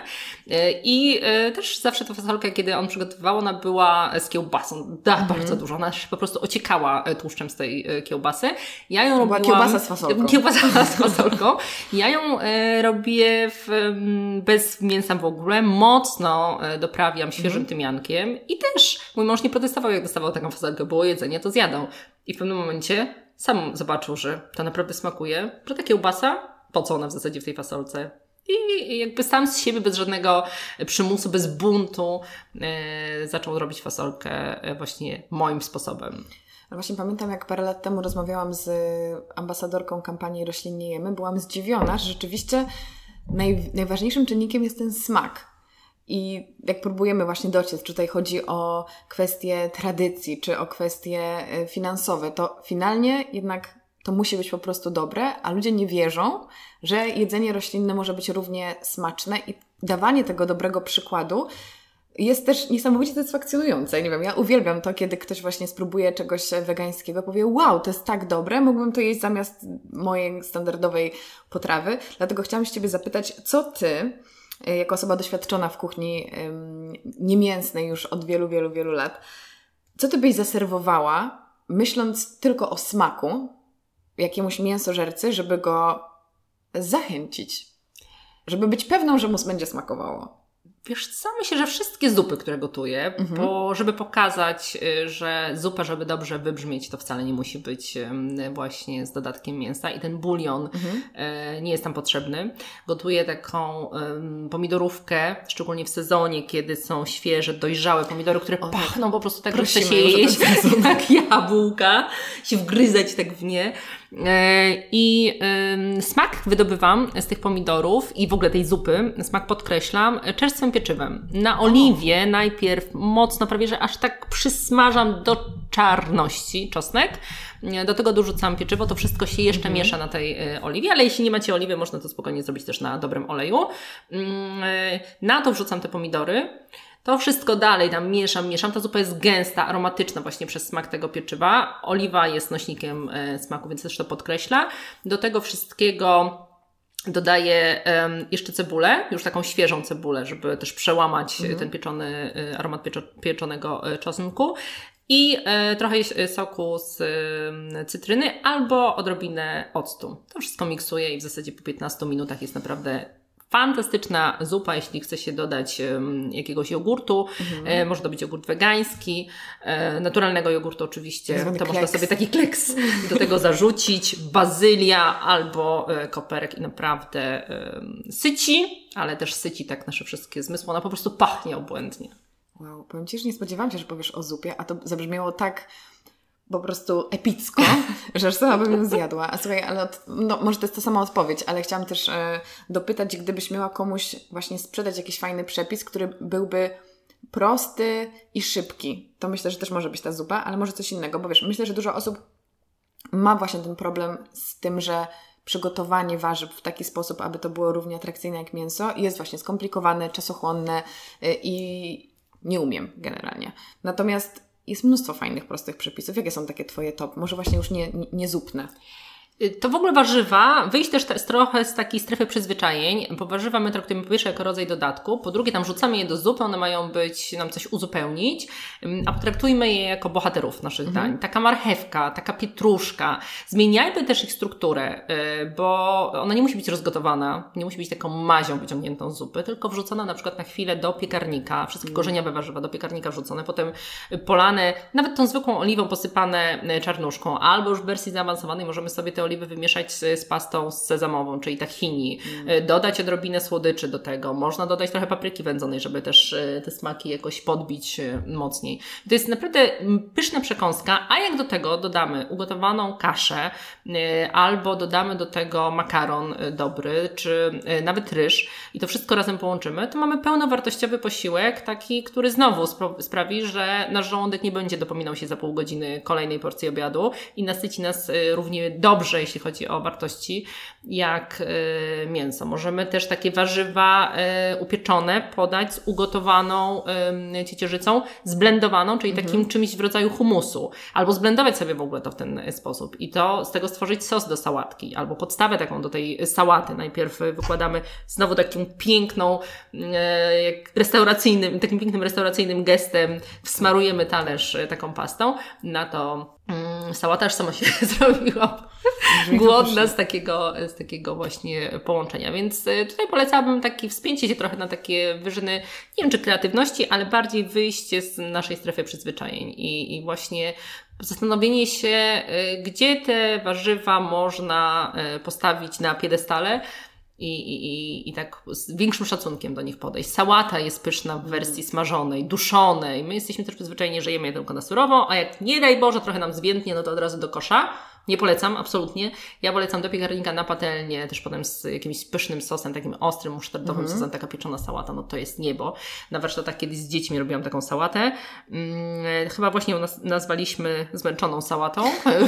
I też zawsze ta fasolka, kiedy on przygotowywał, ona była z kiełbasą. Da, mhm. bardzo dużo. Ona się po prostu ociekała tłuszczem z tej kiełbasy. Ja ją była robiłam... kiełbasa z fasolką. Kiełbasa z fasolką. Ja ją robię w, bez mięsa w ogóle. Mocno doprawiam świeżym mhm. tymianem. I też mój mąż nie protestował, jak dostawał taką fasolkę, było jedzenie, to zjadał. I w pewnym momencie sam zobaczył, że to naprawdę smakuje, że ta kiełbasa, po co ona w zasadzie w tej fasolce? I jakby sam z siebie, bez żadnego przymusu, bez buntu yy, zaczął robić fasolkę właśnie moim sposobem. Właśnie pamiętam, jak parę lat temu rozmawiałam z ambasadorką kampanii Roślin nie jemy, byłam zdziwiona, że rzeczywiście naj, najważniejszym czynnikiem jest ten smak. I jak próbujemy właśnie dociec, czy tutaj chodzi o kwestie tradycji, czy o kwestie finansowe, to finalnie jednak to musi być po prostu dobre, a ludzie nie wierzą, że jedzenie roślinne może być równie smaczne i dawanie tego dobrego przykładu jest też niesamowicie satysfakcjonujące. Nie wiem, ja uwielbiam to, kiedy ktoś właśnie spróbuje czegoś wegańskiego, powie wow, to jest tak dobre, mógłbym to jeść zamiast mojej standardowej potrawy. Dlatego chciałam się Ciebie zapytać, co Ty jako osoba doświadczona w kuchni ym, niemięsnej już od wielu, wielu, wielu lat, co Ty byś zaserwowała, myśląc tylko o smaku jakiemuś mięsożercy, żeby go zachęcić? Żeby być pewną, że mu będzie smakowało. Wiesz co, myślę, że wszystkie zupy, które gotuję, mhm. bo żeby pokazać, że zupa, żeby dobrze wybrzmieć, to wcale nie musi być właśnie z dodatkiem mięsa i ten bulion mhm. nie jest tam potrzebny. Gotuję taką um, pomidorówkę, szczególnie w sezonie, kiedy są świeże, dojrzałe pomidory, które o, pachną po prostu tak, że chce się jeść jak jabłka, się wgryzać tak w nie. I y, smak wydobywam z tych pomidorów i w ogóle tej zupy, smak podkreślam, czerstwym pieczywem. Na oliwie o. najpierw mocno, prawie że aż tak przysmażam do czarności czosnek. Do tego dorzucam pieczywo, to wszystko się jeszcze mhm. miesza na tej y, oliwie, ale jeśli nie macie oliwy, można to spokojnie zrobić też na dobrym oleju. Y, na to wrzucam te pomidory. To wszystko dalej tam mieszam, mieszam. Ta zupa jest gęsta, aromatyczna właśnie przez smak tego pieczywa. Oliwa jest nośnikiem e, smaku, więc też to podkreśla. Do tego wszystkiego dodaję um, jeszcze cebulę, już taką świeżą cebulę, żeby też przełamać mhm. ten pieczony, e, aromat pieczo- pieczonego e, czosnku. I e, trochę soku z e, cytryny albo odrobinę octu. To wszystko miksuję i w zasadzie po piętnastu minutach jest naprawdę fantastyczna zupa, jeśli chce się dodać um, jakiegoś jogurtu. Mhm. E, może to być jogurt wegański, e, naturalnego jogurtu oczywiście. To kleks. Można sobie taki kleks do tego zarzucić. Bazylia albo e, koperek i naprawdę e, syci, ale też syci tak nasze wszystkie zmysły. Ona po prostu pachnie obłędnie. Wow, powiem Ci, że nie spodziewałam się, że powiesz o zupie, a to zabrzmiało tak po prostu epicko, że aż sama bym ją zjadła. A słuchaj, ale od, no, może to jest ta sama odpowiedź, ale chciałam też e, dopytać, gdybyś miała komuś właśnie sprzedać jakiś fajny przepis, który byłby prosty i szybki. To myślę, że też może być ta zupa, ale może coś innego, bo wiesz, myślę, że dużo osób ma właśnie ten problem z tym, że przygotowanie warzyw w taki sposób, aby to było równie atrakcyjne jak mięso, jest właśnie skomplikowane, czasochłonne y, i nie umiem generalnie. Natomiast jest mnóstwo fajnych, prostych przepisów. Jakie są takie Twoje top? Może właśnie już nie, nie, nie zupne. To w ogóle warzywa, wyjść też te, trochę z takiej strefy przyzwyczajeń, bo warzywa my traktujemy po pierwsze jako rodzaj dodatku, po drugie tam rzucamy je do zupy, one mają być, nam coś uzupełnić, a potraktujmy je jako bohaterów naszych mhm. dań. Taka marchewka, taka pietruszka, zmieniajmy też ich strukturę, bo ona nie musi być rozgotowana, nie musi być taką mazią wyciągniętą z zupy, tylko wrzucona na przykład na chwilę do piekarnika, wszystkie mhm. korzeniowe warzywa do piekarnika wrzucone, potem polane, nawet tą zwykłą oliwą posypane czarnuszką, albo już w wersji zaawansowanej możemy sobie te oliwy wymieszać z, z pastą sezamową, czyli tahini, mm. dodać odrobinę słodyczy do tego, można dodać trochę papryki wędzonej, żeby też te smaki jakoś podbić mocniej. To jest naprawdę pyszna przekąska, a jak do tego dodamy ugotowaną kaszę, albo dodamy do tego makaron dobry, czy nawet ryż i to wszystko razem połączymy, to mamy pełnowartościowy posiłek, taki, który znowu spro- sprawi, że nasz żołądek nie będzie dopominał się za pół godziny kolejnej porcji obiadu i nasyci nas równie dobrze, jeśli chodzi o wartości, jak y, mięso. Możemy też takie warzywa y, upieczone podać z ugotowaną y, ciecierzycą, zblendowaną, czyli mhm. takim czymś w rodzaju humusu. Albo zblendować sobie w ogóle to w ten sposób i to z tego stworzyć sos do sałatki, albo podstawę taką do tej sałaty. Najpierw wykładamy znowu taką piękną, y, jak restauracyjnym, takim pięknym restauracyjnym gestem wsmarujemy talerz taką pastą. Na to mm, sałata aż sama się zrobiła głodna z takiego, z takiego właśnie połączenia. Więc tutaj polecałabym takie wspięcie się trochę na takie wyżyny, nie wiem czy kreatywności, ale bardziej wyjście z naszej strefy przyzwyczajeń i, i właśnie zastanowienie się, gdzie te warzywa można postawić na piedestale I, i, i tak z większym szacunkiem do nich podejść. Sałata jest pyszna w wersji smażonej, duszonej. My jesteśmy też przyzwyczajeni, że jemy je tylko na surowo, a jak nie daj Boże trochę nam zwiędnie, no to od razu do kosza. Nie polecam, absolutnie. Ja polecam do piekarnika na patelnię, też potem z jakimś pysznym sosem, takim ostrym, musztardowym mm-hmm. sosem, taka pieczona sałata, no to jest niebo. Na warsztatach kiedyś z dziećmi robiłam taką sałatę. Hmm, chyba właśnie ją naz- nazwaliśmy zmęczoną sałatą.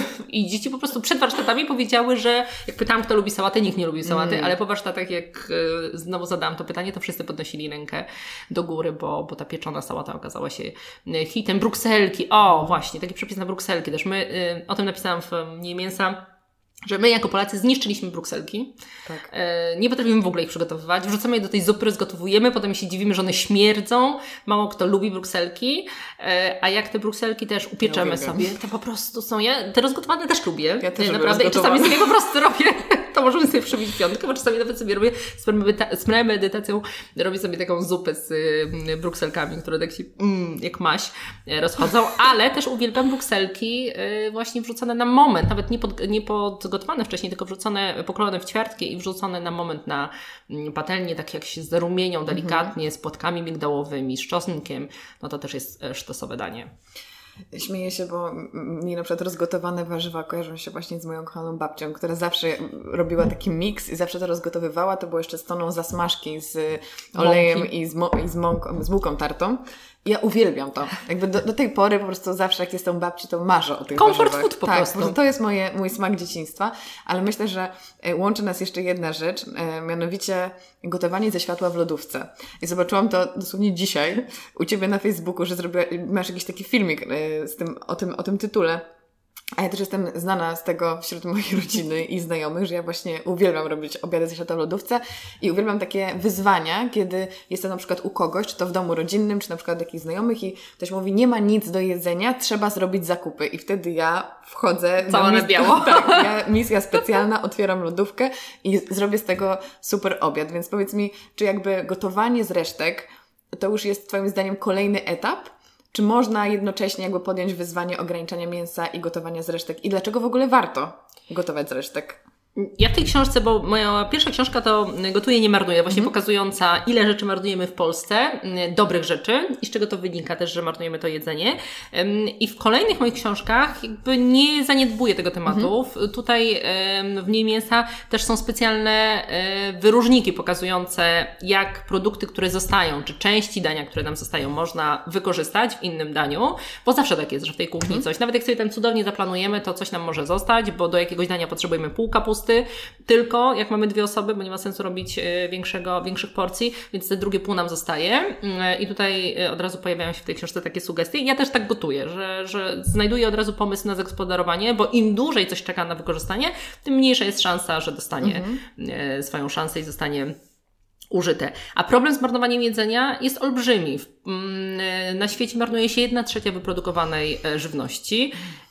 I dzieci po prostu przed warsztatami powiedziały, że jak pytałam, kto lubi sałatę, nikt nie lubił sałaty, mm. ale po warsztatach jak y, znowu zadałam to pytanie, to wszyscy podnosili rękę do góry, bo, bo ta pieczona sałata okazała się hitem. Brukselki, o właśnie, taki przepis na brukselki też. My, y, o tym napisałam w Nie mięsa, że my jako Polacy zniszczyliśmy brukselki. Tak. E, nie potrafimy w ogóle ich przygotowywać. Wrzucamy je do tej zupy, rozgotowujemy, potem się dziwimy, że one śmierdzą. Mało kto lubi brukselki. E, a jak te brukselki też upieczemy ja sobie, to po prostu są... Ja te rozgotowane też lubię. Ja też naprawdę. I czasami sobie po prostu robię. To możemy sobie przybić piątkę, bo czasami nawet sobie robię z, premedyta- z premedytacją robię sobie taką zupę z y, brukselkami, które tak się mm, jak maś y, rozchodzą. Ale też uwielbiam brukselki y, właśnie wrzucone na moment. Nawet nie, pod, nie podgotowane wcześniej, tylko wrzucone, pokrojone w ćwiartki i wrzucone na moment na y, patelnię, tak jak się zarumienią delikatnie, z płatkami migdałowymi, z czosnkiem. No to też jest y, sztosowe danie. Śmieję się, bo mi na przykład rozgotowane warzywa kojarzą się właśnie z moją kochaną babcią, która zawsze robiła taki miks i zawsze to rozgotowywała. To było jeszcze z toną zasmażki z olejem Mąki. i z, mo- i z, mąką, z bułką tartą. Ja uwielbiam to. Jakby do, do tej pory po prostu zawsze jak jestem babci, to marzę o tych Comfort warzywach. food po tak, prostu. Po to jest moje, mój smak dzieciństwa, ale myślę, że łączy nas jeszcze jedna rzecz, mianowicie gotowanie ze światła w lodówce. I zobaczyłam to dosłownie dzisiaj u Ciebie na Facebooku, że zrobiła, masz jakiś taki filmik z tym, o tym, o tym tytule. A ja też jestem znana z tego wśród mojej rodziny i znajomych, że ja właśnie uwielbiam robić obiady ze światła w lodówce i uwielbiam takie wyzwania, kiedy jestem na przykład u kogoś, czy to w domu rodzinnym, czy na przykład jakichś znajomych i ktoś mówi, nie ma nic do jedzenia, trzeba zrobić zakupy. I wtedy ja wchodzę... Cała na biało. Tak, ja, misja specjalna, otwieram lodówkę i zrobię z tego super obiad. Więc powiedz mi, czy jakby gotowanie z resztek to już jest Twoim zdaniem kolejny etap? Czy można jednocześnie jakby podjąć wyzwanie ograniczania mięsa i gotowania z resztek? I dlaczego w ogóle warto gotować z resztek? Ja w tej książce, bo moja pierwsza książka to Gotuję, nie marnuję, właśnie mm. pokazująca, ile rzeczy marnujemy w Polsce, dobrych rzeczy i z czego to wynika też, że marnujemy to jedzenie. I w kolejnych moich książkach jakby nie zaniedbuję tego tematu. Mm. Tutaj w Mniej Mięsa też są specjalne wyróżniki pokazujące, jak produkty, które zostają, czy części dania, które nam zostają, można wykorzystać w innym daniu, bo zawsze tak jest, że w tej kuchni mm. coś, nawet jak sobie tam cudownie zaplanujemy, to coś nam może zostać, bo do jakiegoś dania potrzebujemy pół kapusty, tylko jak mamy dwie osoby, bo nie ma sensu robić większego, większych porcji, więc te drugie pół nam zostaje. I tutaj od razu pojawiają się w tej książce takie sugestie. Ja też tak gotuję, że, że znajduję od razu pomysł na zagospodarowanie, bo im dłużej coś czeka na wykorzystanie, tym mniejsza jest szansa, że dostanie mhm. swoją szansę i zostanie użyte. A problem z marnowaniem jedzenia jest olbrzymi. Na świecie marnuje się jedna trzecia wyprodukowanej żywności.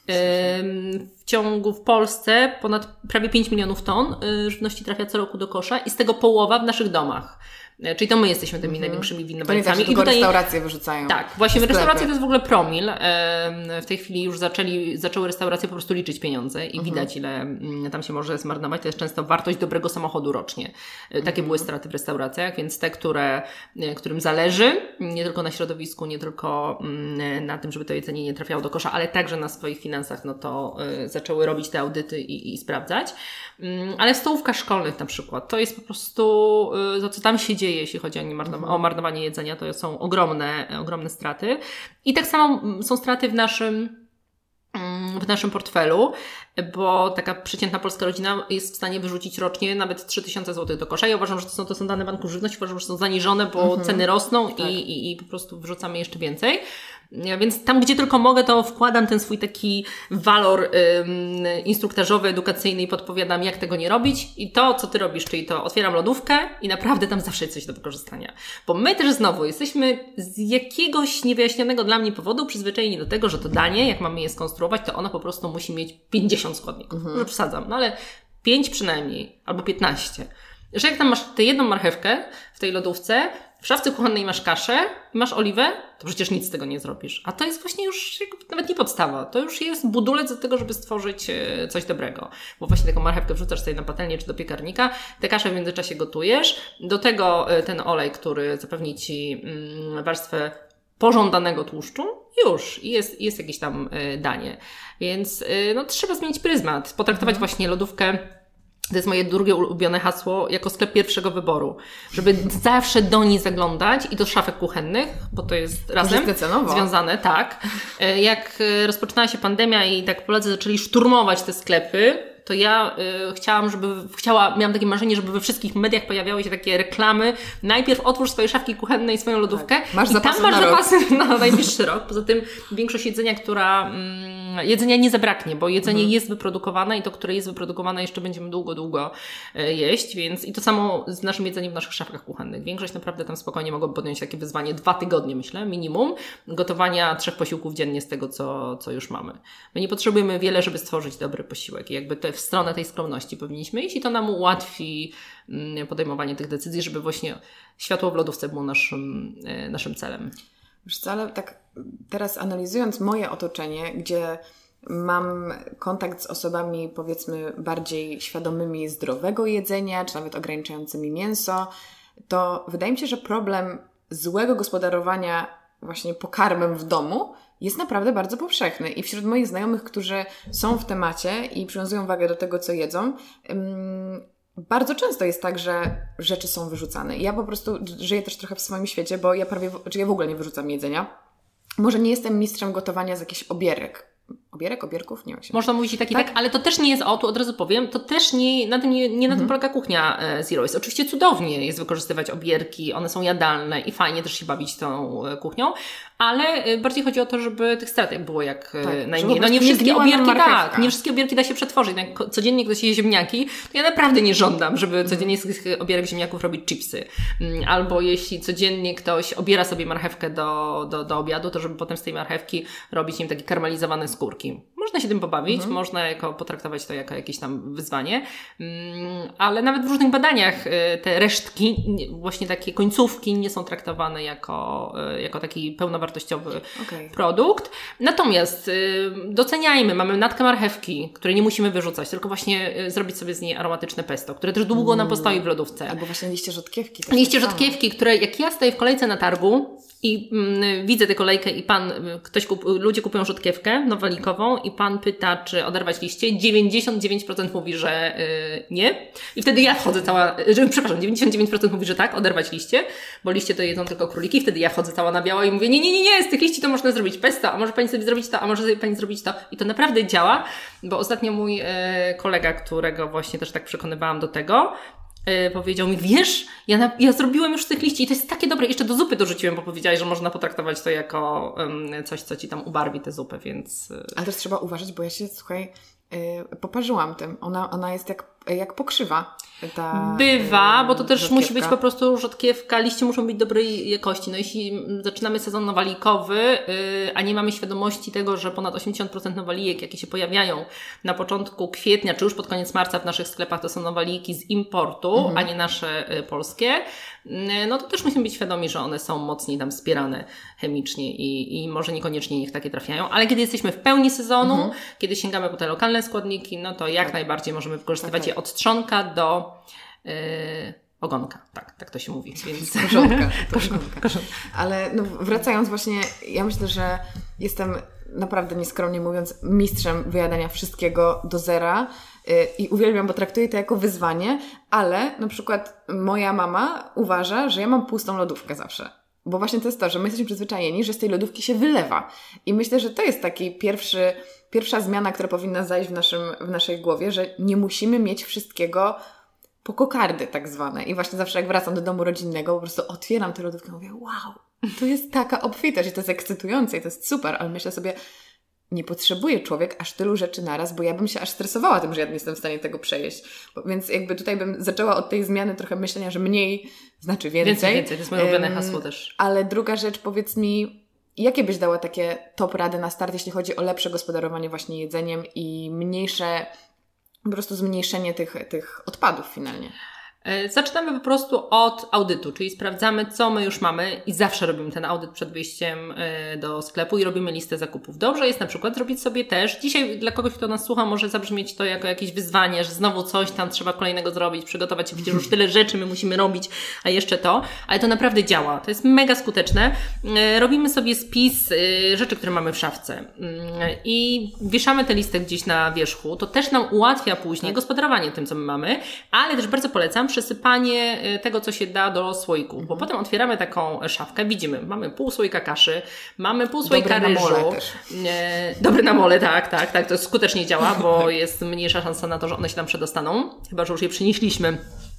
W ciągu w Polsce ponad prawie pięć milionów ton żywności trafia co roku do kosza i z tego połowa w naszych domach. Czyli to my jesteśmy tymi mm-hmm. największymi winowajcami. I tutaj restauracje wyrzucają. Tak, właśnie restauracje to jest w ogóle promil. W tej chwili już zaczęli, zaczęły restauracje po prostu liczyć pieniądze i mm-hmm. widać, ile tam się może zmarnować. To jest często wartość dobrego samochodu rocznie. Takie mm-hmm. były straty w restauracjach, więc te, które, którym zależy, nie tylko na środowisku, nie tylko na tym, żeby to jedzenie nie trafiało do kosza, ale także na swoich finansach, no to zaczęły robić te audyty i, i sprawdzać. Ale w stołówkach szkolnych na przykład, to jest po prostu to, co tam się dzieje, jeśli chodzi o, marnowa- o marnowanie jedzenia, to są ogromne, ogromne straty. I tak samo są straty w naszym, w naszym portfelu, bo taka przeciętna polska rodzina jest w stanie wyrzucić rocznie nawet trzy tysiące złotych do kosza. Ja uważam, że to są, to są dane Banku Żywności, uważam, że są zaniżone, bo mhm. ceny rosną tak. i, i, i po prostu wyrzucamy jeszcze więcej. Więc tam, gdzie tylko mogę, to wkładam ten swój taki walor ym, instruktażowy, edukacyjny i podpowiadam, jak tego nie robić. I to, co ty robisz, czyli to otwieram lodówkę i naprawdę tam zawsze jest coś do wykorzystania. Bo my też znowu jesteśmy z jakiegoś niewyjaśnionego dla mnie powodu przyzwyczajeni do tego, że to danie, jak mamy je skonstruować, to ono po prostu musi mieć pięćdziesiąt składników. Mhm. No przesadzam, no ale pięć przynajmniej, albo piętnaście. Że jak tam masz tę jedną marchewkę w tej lodówce, w szafce kuchennej masz kaszę i masz oliwę, to przecież nic z tego nie zrobisz. A to jest właśnie już nawet nie podstawa. To już jest budulec do tego, żeby stworzyć coś dobrego. Bo właśnie taką marchewkę wrzucasz sobie na patelnię czy do piekarnika, tę kaszę w międzyczasie gotujesz, do tego ten olej, który zapewni Ci warstwę pożądanego tłuszczu, już. I jest, jest jakieś tam danie. Więc no, trzeba zmienić pryzmat. Potraktować mhm. właśnie lodówkę, to jest moje drugie ulubione hasło, jako sklep pierwszego wyboru. Żeby zawsze do niej zaglądać i do szafek kuchennych, bo to jest razem związane, tak. Jak rozpoczynała się pandemia i tak Polacy zaczęli szturmować te sklepy, to ja y, chciałam, żeby, chciała, miałam takie marzenie, żeby we wszystkich mediach pojawiały się takie reklamy. Najpierw otwórz swoje szafki kuchenne i swoją lodówkę. Tak. Masz i zapasy tam masz na zapasy rok. na najbliższy rok. Poza tym większość jedzenia, która, mm, jedzenia nie zabraknie, bo jedzenie mhm. jest wyprodukowane i to, które jest wyprodukowane, jeszcze będziemy długo, długo y, jeść, więc i to samo z naszym jedzeniem w naszych szafkach kuchennych. Większość naprawdę tam spokojnie mogłoby podjąć takie wyzwanie dwa tygodnie, myślę, minimum, gotowania trzech posiłków dziennie z tego, co, co już mamy. My nie potrzebujemy wiele, żeby stworzyć dobry posiłek i jakby to w stronę tej skromności powinniśmy iść i to nam ułatwi podejmowanie tych decyzji, żeby właśnie światło w lodówce było naszym, naszym celem. Wiesz co, ale tak teraz analizując moje otoczenie, gdzie mam kontakt z osobami powiedzmy bardziej świadomymi zdrowego jedzenia, czy nawet ograniczającymi mięso, to wydaje mi się, że problem złego gospodarowania właśnie pokarmem w domu jest naprawdę bardzo powszechny i wśród moich znajomych, którzy są w temacie i przywiązują wagę do tego, co jedzą, ym, bardzo często jest tak, że rzeczy są wyrzucane. I ja po prostu żyję też trochę w swoim świecie, bo ja prawie, czy ja w ogóle nie wyrzucam jedzenia. Może nie jestem mistrzem gotowania z jakichś obierek. Obierek, obierków? Nie wiem. Można mówić i tak, i tak, ale to też nie jest, o tu od razu powiem, to też nie, na tym, nie, nie na tym polega kuchnia Zero Waste. Oczywiście cudownie jest wykorzystywać obierki, one są jadalne i fajnie też się bawić tą kuchnią, ale bardziej chodzi o to, żeby tych strat było jak tak, najmniej. No nie wszystkie obierki, tak, nie wszystkie obierki da się przetworzyć. Jak codziennie ktoś je ziemniaki, to ja naprawdę nie żądam, żeby codziennie z tych obierek ziemniaków robić chipsy. Albo jeśli codziennie ktoś obiera sobie marchewkę do, do, do obiadu, to żeby potem z tej marchewki robić im takie karmelizowane skórki. można się tym pobawić, mhm. można jako, potraktować to jako jakieś tam wyzwanie, ale nawet w różnych badaniach te resztki, właśnie takie końcówki nie są traktowane jako, jako taki pełnowartościowy okay. produkt. Natomiast doceniajmy, mamy natkę marchewki, której nie musimy wyrzucać, tylko właśnie zrobić sobie z niej aromatyczne pesto, które też długo nam postoi w lodówce. Albo właśnie liście rzodkiewki. Liście rzodkiewki, które jak ja stoję w kolejce na targu i mm, widzę tę kolejkę i pan, ktoś kup, ludzie kupują rzodkiewkę nowalikową i pan pyta, czy oderwać liście, dziewięćdziesiąt dziewięć procent mówi, że yy, nie. I wtedy ja wchodzę cała, że, przepraszam, dziewięćdziesiąt dziewięć procent mówi, że tak, oderwać liście, bo liście to jedzą tylko króliki. Wtedy ja wchodzę cała na biało i mówię, nie, nie, nie, nie, z tych liści to można zrobić pesto, a może pani sobie zrobić to, a może sobie pani zrobić to. I to naprawdę działa, bo ostatnio mój yy, kolega, którego właśnie też tak przekonywałam do tego, Yy, powiedział mi, wiesz, ja, na, ja zrobiłem już z tych liści i to jest takie dobre, jeszcze do zupy dorzuciłem, bo powiedziałeś, że można potraktować to jako um, coś, co ci tam ubarwi tę zupę, więc... Yy. Ale też trzeba uważać, bo ja się, słuchaj, yy, poparzyłam tym. Ona, ona jest jak, jak pokrzywa. Ta, Bywa, yy, bo to też rzodkiewka. Musi być po prostu rzodkiewka, liście muszą być dobrej jakości. No jeśli zaczynamy sezon nowalikowy, yy, a nie mamy świadomości tego, że ponad osiemdziesiąt procent nowalijek, jakie się pojawiają na początku kwietnia, czy już pod koniec marca w naszych sklepach, to są nowaliki z importu, mhm. a nie nasze yy, polskie, yy, no to też musimy być świadomi, że one są mocniej tam wspierane chemicznie i, i może niekoniecznie niech takie trafiają, ale kiedy jesteśmy w pełni sezonu, mhm. kiedy sięgamy po te lokalne składniki, no to jak tak. najbardziej możemy wykorzystywać okay. je od trzonka do Yy, ogonka, tak, tak to się mówi. Więc... Korzonka. Korzonka. Korzonka. Ale no, wracając właśnie, ja myślę, że jestem naprawdę nieskromnie mówiąc mistrzem wyjadania wszystkiego do zera yy, i uwielbiam, bo traktuję to jako wyzwanie, ale na przykład moja mama uważa, że ja mam pustą lodówkę zawsze. Bo właśnie to jest to, że my jesteśmy przyzwyczajeni, że z tej lodówki się wylewa. I myślę, że to jest taki pierwszy, pierwsza zmiana, która powinna zajść w, naszym, w naszej głowie, że nie musimy mieć wszystkiego po kokardy tak zwane. I właśnie zawsze jak wracam do domu rodzinnego, po prostu otwieram tę lodówkę i mówię, wow, to jest taka obfitość i to jest ekscytujące i to jest super, ale myślę sobie, nie potrzebuje człowiek aż tylu rzeczy naraz, bo ja bym się aż stresowała tym, że ja nie jestem w stanie tego przejeść. Bo, więc jakby tutaj bym zaczęła od tej zmiany trochę myślenia, że mniej znaczy więcej. Więcej, więcej. To jest moje ulubione hasło też. Ale druga rzecz, powiedz mi, jakie byś dała takie top rady na start, jeśli chodzi o lepsze gospodarowanie właśnie jedzeniem i mniejsze, po prostu zmniejszenie tych, tych odpadów finalnie? Zaczynamy po prostu od audytu, czyli sprawdzamy, co my już mamy i zawsze robimy ten audyt przed wyjściem do sklepu i robimy listę zakupów. Dobrze jest na przykład zrobić sobie też, dzisiaj dla kogoś, kto nas słucha, może zabrzmieć to jako jakieś wyzwanie, że znowu coś tam trzeba kolejnego zrobić, przygotować się, przecież już tyle rzeczy my musimy robić, a jeszcze to, ale to naprawdę działa, to jest mega skuteczne. Robimy sobie spis rzeczy, które mamy w szafce i wieszamy tę listę gdzieś na wierzchu, to też nam ułatwia później tak. gospodarowanie tym, co my mamy, ale też bardzo polecam przesypanie tego, co się da do słoików, mhm. bo potem otwieramy taką szafkę, widzimy, mamy pół słoika kaszy, mamy pół słoika Dobry ryżu. Na mole też. E, dobry na mole, tak, tak, tak, to skutecznie działa, bo jest mniejsza szansa na to, że one się tam przedostaną, chyba, że już je przynieśliśmy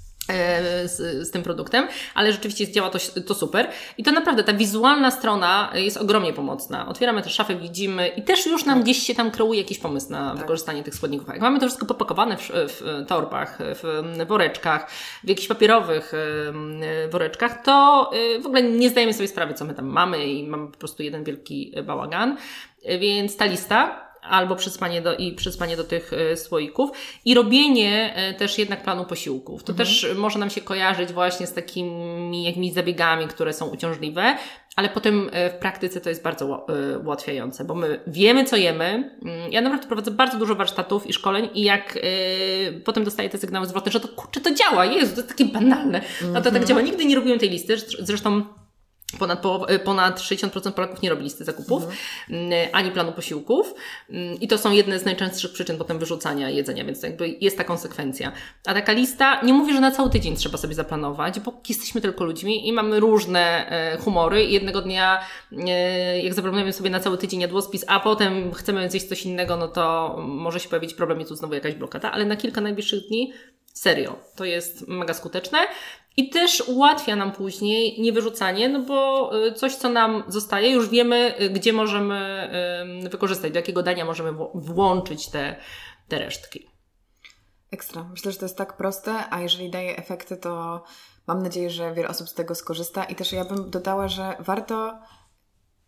Z, z tym produktem, ale rzeczywiście działa to, to super i to naprawdę ta wizualna strona jest ogromnie pomocna. Otwieramy tę szafę, widzimy i też już nam tak. gdzieś się tam kreuje jakiś pomysł na tak. wykorzystanie tych składników. Jak mamy to wszystko popakowane w, w torbach, w woreczkach, w jakichś papierowych woreczkach, to w ogóle nie zdajemy sobie sprawy, co my tam mamy i mamy po prostu jeden wielki bałagan. Więc ta lista albo przyspanie do, i przyspanie do tych y, słoików i robienie y, też jednak planu posiłków. To mhm. też może nam się kojarzyć właśnie z takimi jakimiś zabiegami, które są uciążliwe, ale potem y, w praktyce to jest bardzo y, ułatwiające, bo my wiemy, co jemy. Y, ja naprawdę prowadzę bardzo dużo warsztatów i szkoleń i jak y, potem dostaję te sygnały zwrotne, że to kurczę, to działa, Jezu, to jest takie banalne. No to mhm. tak działa. Nigdy nie robiłem tej listy, zresztą Ponad, ponad sześćdziesiąt procent Polaków nie robi listy zakupów, mhm. ani planu posiłków i to są jedne z najczęstszych przyczyn potem wyrzucania jedzenia, więc jakby jest ta konsekwencja. A taka lista, nie mówię, że na cały tydzień trzeba sobie zaplanować, bo jesteśmy tylko ludźmi i mamy różne humory i jednego dnia jak zaplanujemy sobie na cały tydzień jadłospis, a potem chcemy zjeść coś innego, no to może się pojawić problem i tu znowu jakaś blokada, ale na kilka najbliższych dni serio, to jest mega skuteczne. I też ułatwia nam później niewyrzucanie, no bo coś, co nam zostaje, już wiemy, gdzie możemy wykorzystać, do jakiego dania możemy włączyć te, te resztki. Ekstra. Myślę, że to jest tak proste, a jeżeli daje efekty, to mam nadzieję, że wiele osób z tego skorzysta. I też ja bym dodała, że warto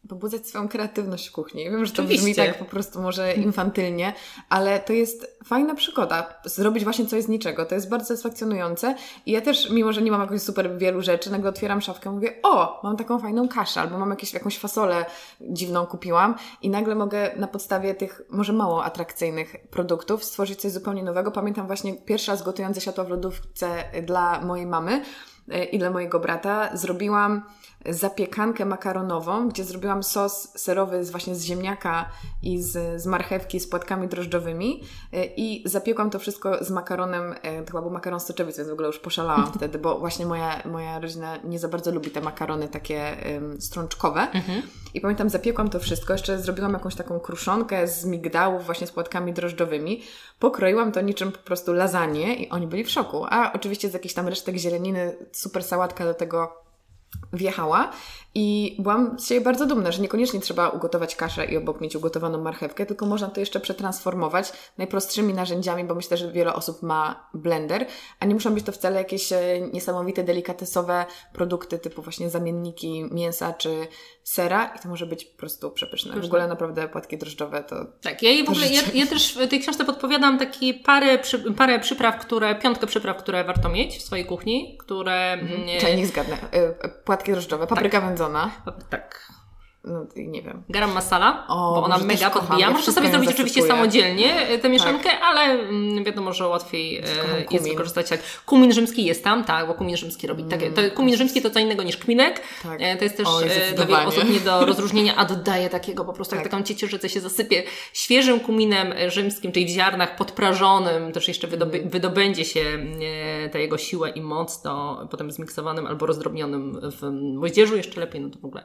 pobudzać swoją kreatywność w kuchni. Wiem, że to Oczywiście. brzmi tak po prostu może infantylnie, ale to jest fajna przygoda. Zrobić właśnie coś z niczego. To jest bardzo satysfakcjonujące i ja też, mimo że nie mam jakoś super wielu rzeczy, nagle otwieram szafkę i mówię, o, mam taką fajną kaszę, albo mam jakieś, jakąś fasolę dziwną kupiłam i nagle mogę na podstawie tych może mało atrakcyjnych produktów stworzyć coś zupełnie nowego. Pamiętam właśnie pierwszy raz gotujące światła w lodówce dla mojej mamy i dla mojego brata zrobiłam zapiekankę makaronową, gdzie zrobiłam sos serowy z, właśnie z ziemniaka i z, z marchewki z płatkami drożdżowymi i zapiekłam to wszystko z makaronem, to chyba był makaron z soczewic, więc w ogóle już poszalałam wtedy, bo właśnie moja, moja rodzina nie za bardzo lubi te makarony takie um, strączkowe. Mhm. I pamiętam, zapiekłam to wszystko, jeszcze zrobiłam jakąś taką kruszonkę z migdałów właśnie z płatkami drożdżowymi, pokroiłam to niczym po prostu lasagne i oni byli w szoku. A oczywiście z jakichś tam resztek zieleniny, super sałatka do tego wjechała i byłam z siebie bardzo dumna, że niekoniecznie trzeba ugotować kaszę i obok mieć ugotowaną marchewkę, tylko można to jeszcze przetransformować najprostszymi narzędziami, bo myślę, że wiele osób ma blender, a nie muszą być to wcale jakieś niesamowite, delikatesowe produkty typu właśnie zamienniki mięsa czy sera i to może być po prostu przepyszne. Pyszne. W ogóle naprawdę płatki drożdżowe to... Tak, ja, w ogóle, ja, ja też w tej książce podpowiadam takie parę, przy, parę przypraw, które, piątkę przypraw, które warto mieć w swojej kuchni, które... Mhm. Czekaj, niech zgadnę. Płatki drożdżowe, papryka tak. wędzona. Tak. No, nie wiem. Garam masala, o, bo ona mega podbija. Ja Można sobie zrobić oczywiście samodzielnie tę mieszankę, tak. ale wiadomo, że łatwiej jest wykorzystać. Tak. Kumin rzymski jest tam, tak, bo kumin rzymski robi. Mm. Tak, to, kumin rzymski to co innego niż kminek. Tak. To jest też Oj, dla wielu osób nie do rozróżnienia, a dodaje takiego po prostu, tak. jak taką ciecierzycę się zasypie świeżym kuminem rzymskim, czyli w ziarnach podprażonym, też jeszcze wydoby, mm. wydobędzie się ta jego siła i moc, to potem zmiksowanym albo rozdrobnionym w moździerzu, jeszcze lepiej, no to w ogóle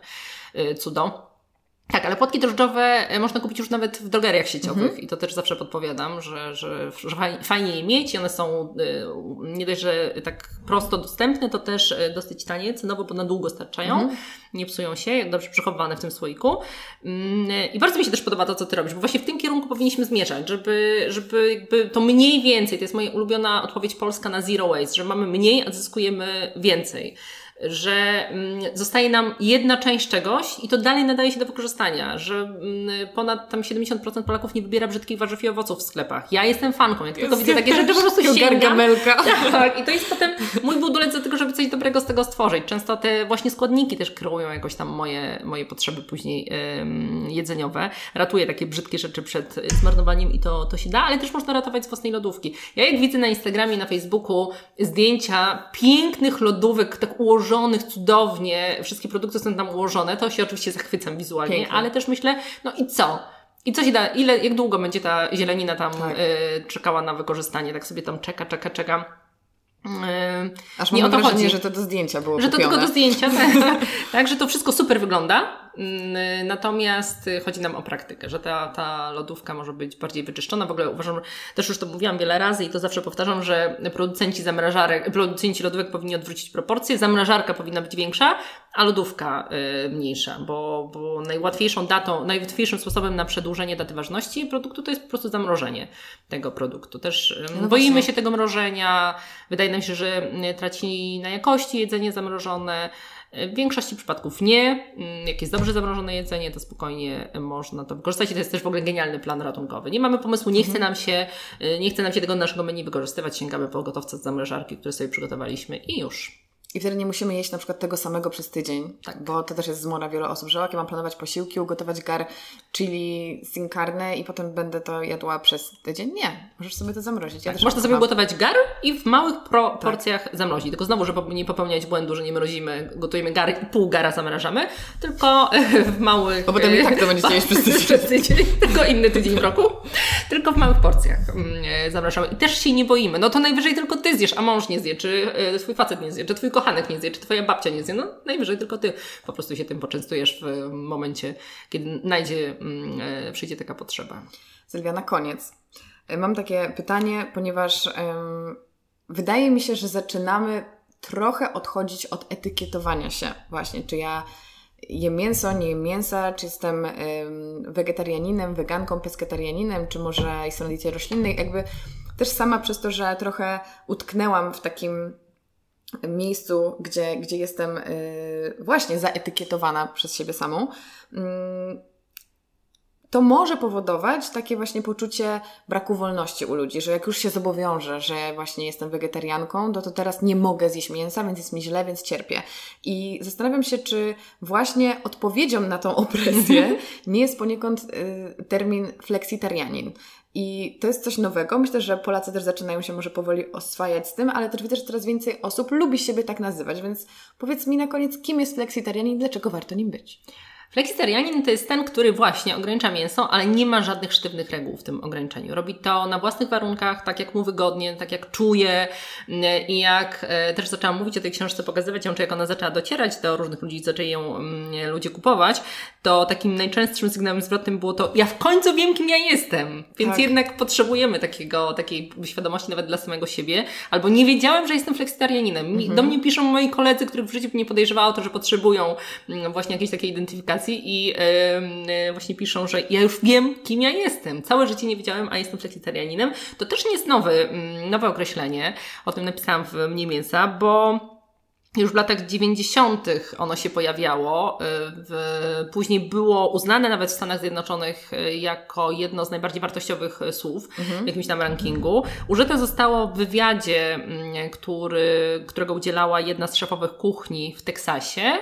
cudo. Tak, ale płatki drożdżowe można kupić już nawet w drogeriach sieciowych mm-hmm. i to też zawsze podpowiadam, że, że, że fajnie je mieć i one są nie dość, że tak prosto dostępne, to też dosyć tanie cenowo, bo na długo starczają, mm-hmm. nie psują się, dobrze przechowywane w tym słoiku. I bardzo mi się też podoba to, co Ty robisz, bo właśnie w tym kierunku powinniśmy zmierzać, żeby, żeby jakby to mniej więcej, to jest moja ulubiona odpowiedź polska na zero waste, że mamy mniej, a zyskujemy więcej. Że mm, zostaje nam jedna część czegoś i to dalej nadaje się do wykorzystania, że mm, ponad tam siedemdziesiąt procent Polaków nie wybiera brzydkich warzyw i owoców w sklepach. Ja jestem fanką, jak tylko widzę takie rzeczy, po prostu sięgam. Gargamelka. Tak, i to jest potem mój budulec do tego, żeby coś dobrego z tego stworzyć. Często te właśnie składniki też kreują jakoś tam moje, moje potrzeby później ym, jedzeniowe. Ratuję takie brzydkie rzeczy przed zmarnowaniem i to, to się da, ale też można ratować z własnej lodówki. Ja jak widzę na Instagramie, na Facebooku zdjęcia pięknych lodówek, tak ułożonych cudownie, wszystkie produkty są tam ułożone, to się oczywiście zachwycam wizualnie, Piękne. Ale też myślę, no i co? I co się da, ile, jak długo będzie ta zielenina tam tak. y, czekała na wykorzystanie, tak sobie tam czeka, czeka, czeka. Yy, Aż mam wrażenie, chodzi, że to do zdjęcia było Że kupione. to tylko do zdjęcia, tak, tak, że to wszystko super wygląda, yy, natomiast chodzi nam o praktykę, że ta, ta lodówka może być bardziej wyczyszczona. W ogóle uważam, też już to mówiłam wiele razy i to zawsze powtarzam, że producenci zamrażarek, producenci lodówek powinni odwrócić proporcje, zamrażarka powinna być większa, a lodówka yy, mniejsza, bo, bo najłatwiejszą datą, najłatwiejszym sposobem na przedłużenie daty ważności produktu to jest po prostu zamrożenie tego produktu. Też yy, no boimy właśnie. się tego mrożenia, wydaje nam się, że traci na jakości jedzenie zamrożone. W większości przypadków nie. Jak jest dobrze zamrożone jedzenie, to spokojnie można to wykorzystać i to jest też w ogóle genialny plan ratunkowy. Nie mamy pomysłu, nie chce nam się, nie chce nam się tego naszego menu wykorzystywać, sięgamy po gotowca z zamrażarki, który sobie przygotowaliśmy i już. I wtedy nie musimy jeść na przykład tego samego przez tydzień, tak. bo to też jest zmora wielu osób, że jak ja mam planować posiłki, ugotować gar chili sin carne i potem będę to jadła przez tydzień. Nie, możesz sobie to zamrozić. Ja tak, można sobie ugotować gar i w małych pro- tak. porcjach zamrozić. Tylko znowu, żeby nie popełniać błędu, że nie mrozimy, gotujemy gar i pół gara zamrażamy, tylko w małych... Bo potem i tak to będziecie jeść przez tydzień. przez tydzień. Tylko inny tydzień w roku. Tylko w małych porcjach zamrażamy. I też się nie boimy. No to najwyżej tylko ty zjesz, a mąż nie zje, czy twój facet nie zje, czy twój kochanek nie zje, czy twoja babcia nie zje. No najwyżej tylko ty po prostu się tym poczęstujesz w momencie, kiedy najdzie, przyjdzie taka potrzeba. Sylwia, na koniec. Mam takie pytanie, ponieważ um, wydaje mi się, że zaczynamy trochę odchodzić od etykietowania się. Właśnie, czy ja jem mięso, nie jem mięsa, czy jestem um, wegetarianinem, weganką, pesketarianinem, czy może jestem na diecie roślinnej. Jakby też sama przez to, że trochę utknęłam w takim miejscu, gdzie, gdzie jestem yy, właśnie zaetykietowana przez siebie samą, yy, to może powodować takie właśnie poczucie braku wolności u ludzi, że jak już się zobowiążę, że właśnie jestem wegetarianką, to to teraz nie mogę zjeść mięsa, więc jest mi źle, więc cierpię. I zastanawiam się, czy właśnie odpowiedzią na tą opresję nie jest poniekąd y, termin fleksitarianin. I to jest coś nowego. Myślę, że Polacy też zaczynają się może powoli oswajać z tym, ale też widzę, że coraz więcej osób lubi siebie tak nazywać, więc powiedz mi na koniec, kim jest fleksitarianin i dlaczego warto nim być? Fleksitarianin to jest ten, który właśnie ogranicza mięso, ale nie ma żadnych sztywnych reguł w tym ograniczeniu. Robi to na własnych warunkach, tak jak mu wygodnie, tak jak czuje i jak też zaczęłam mówić o tej książce, pokazywać ją, czy jak ona zaczęła docierać do różnych ludzi, zaczęli ją ludzie kupować, to takim najczęstszym sygnałem zwrotnym było to, ja w końcu wiem, kim ja jestem, więc tak. Jednak potrzebujemy takiego, takiej świadomości nawet dla samego siebie, albo nie wiedziałem, że jestem fleksitarianinem. Mhm. Do mnie piszą moi koledzy, których w życiu nie podejrzewała o to, że potrzebują właśnie jakiejś takiej identyfikacji i yy, właśnie piszą, że ja już wiem, kim ja jestem. Całe życie nie wiedziałem, a jestem fleksitarianinem. To też nie jest nowy, nowe określenie. O tym napisałam w Mniej Mięsa, bo już w latach dziewięćdziesiątych ono się pojawiało. W, później było uznane nawet w Stanach Zjednoczonych jako jedno z najbardziej wartościowych słów mhm. w jakimś tam rankingu. Użyte zostało w wywiadzie, który, którego udzielała jedna z szefowych kuchni w Teksasie.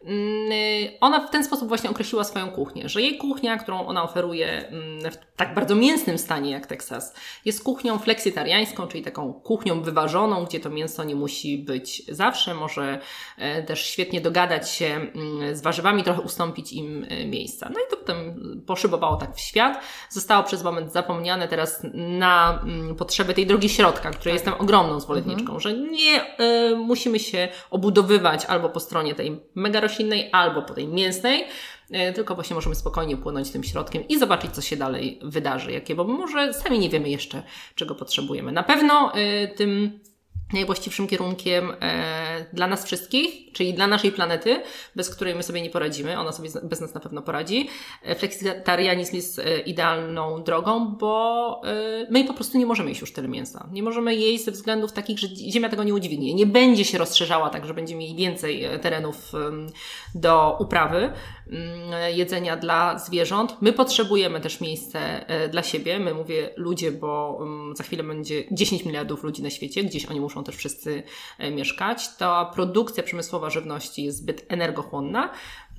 Ona w ten sposób właśnie określiła swoją kuchnię, że jej kuchnia, którą ona oferuje w tak bardzo mięsnym stanie jak Teksas, jest kuchnią fleksitariańską, czyli taką kuchnią wyważoną, gdzie to mięso nie musi być zawsze, może też świetnie dogadać się z warzywami, trochę ustąpić im miejsca. No i to potem poszybowało tak w świat, zostało przez moment zapomniane teraz na potrzeby tej drogi środka, której tak. jestem ogromną zwolenniczką, mhm. że nie y, musimy się obudowywać albo po stronie tej mega roślinnej, albo po tej mięsnej, tylko właśnie możemy spokojnie płynąć tym środkiem i zobaczyć, co się dalej wydarzy, jakie, bo może sami nie wiemy jeszcze, czego potrzebujemy. Na pewno y, tym najwłaściwszym kierunkiem e, dla nas wszystkich, czyli dla naszej planety, bez której my sobie nie poradzimy, ona sobie bez nas na pewno poradzi. E, fleksitarianizm jest e, idealną drogą, bo e, my po prostu nie możemy jeść już tyle mięsa. Nie możemy jeść ze względów takich, że Ziemia tego nie udźwignie. Nie będzie się rozszerzała tak, że będziemy mieli więcej terenów e, do uprawy e, jedzenia dla zwierząt. My potrzebujemy też miejsce e, dla siebie. My mówię ludzie, bo e, za chwilę będzie dziesięć miliardów ludzi na świecie, gdzieś oni muszą też wszyscy mieszkać. Ta produkcja przemysłowa żywności jest zbyt energochłonna,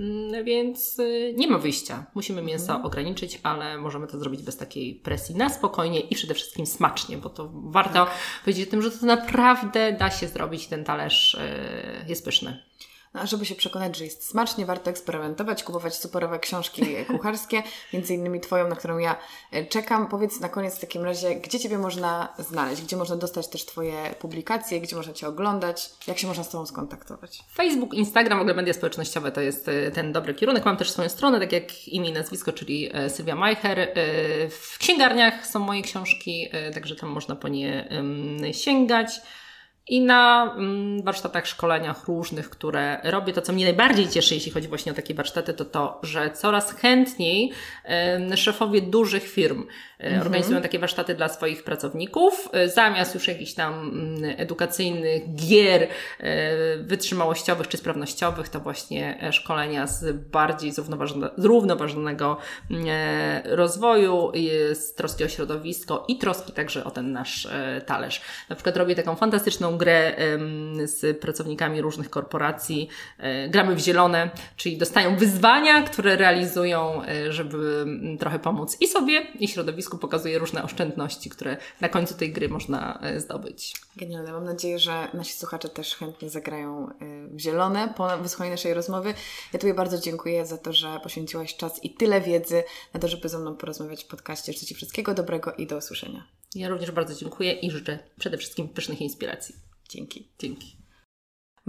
więc nie ma wyjścia. Musimy mięso mhm. ograniczyć, ale możemy to zrobić bez takiej presji, na spokojnie i przede wszystkim smacznie, bo to warto tak. powiedzieć o tym, że to naprawdę da się zrobić. Ten talerz jest pyszny. No, a żeby się przekonać, że jest smacznie, warto eksperymentować, kupować superowe książki kucharskie, między innymi Twoją, na którą ja czekam. Powiedz na koniec w takim razie, gdzie Ciebie można znaleźć, gdzie można dostać też Twoje publikacje, gdzie można Cię oglądać, jak się można z Tobą skontaktować? Facebook, Instagram, w ogóle media społecznościowe to jest ten dobry kierunek. Mam też swoją stronę, tak jak imię i nazwisko, czyli Sylwia Majcher. W księgarniach są moje książki, także tam można po nie sięgać. I na mm, warsztatach, szkoleniach różnych, które robię, to co mnie najbardziej cieszy, jeśli chodzi właśnie o takie warsztaty, to to, że coraz chętniej y, szefowie dużych firm y, mhm. organizują takie warsztaty dla swoich pracowników, y, zamiast już jakichś tam y, edukacyjnych gier y, wytrzymałościowych czy sprawnościowych, to właśnie szkolenia z bardziej zrównoważone, zrównoważonego y, rozwoju, y, z troski o środowisko i troski także o ten nasz y, talerz. Na przykład robię taką fantastyczną grę ym, z pracownikami różnych korporacji. Y, gramy w zielone, czyli dostają wyzwania, które realizują, y, żeby y, trochę pomóc i sobie, i środowisku. Pokazuje różne oszczędności, które na końcu tej gry można y, zdobyć. Genialne. Mam nadzieję, że nasi słuchacze też chętnie zagrają y, w zielone po wysłuchaniu naszej rozmowy. Ja Tobie bardzo dziękuję za to, że poświęciłaś czas i tyle wiedzy na to, żeby ze mną porozmawiać w podcaście. Życzę Ci wszystkiego dobrego i do usłyszenia. Ja również bardzo dziękuję i życzę przede wszystkim pysznych inspiracji. Dzięki. Dzięki.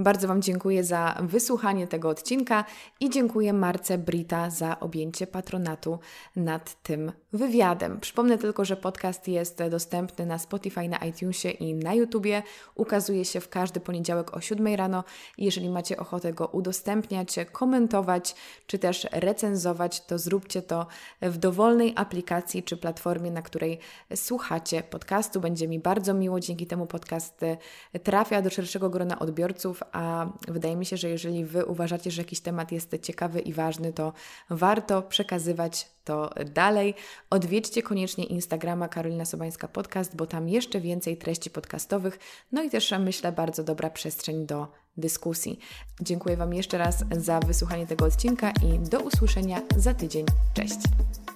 Bardzo Wam dziękuję za wysłuchanie tego odcinka i dziękuję Marce Brita za objęcie patronatu nad tym wywiadem. Przypomnę tylko, że podcast jest dostępny na Spotify, na iTunesie i na YouTubie. Ukazuje się w każdy poniedziałek o siódmej rano. Jeżeli macie ochotę go udostępniać, komentować czy też recenzować, to zróbcie to w dowolnej aplikacji czy platformie, na której słuchacie podcastu. Będzie mi bardzo miło. Dzięki temu podcast trafia do szerszego grona odbiorców, a wydaje mi się, że jeżeli Wy uważacie, że jakiś temat jest ciekawy i ważny, to warto przekazywać to dalej. Odwiedźcie koniecznie Instagrama Karolina Sobańska Podcast, bo tam jeszcze więcej treści podcastowych, no i też myślę bardzo dobra przestrzeń do dyskusji. Dziękuję Wam jeszcze raz za wysłuchanie tego odcinka i do usłyszenia za tydzień. Cześć!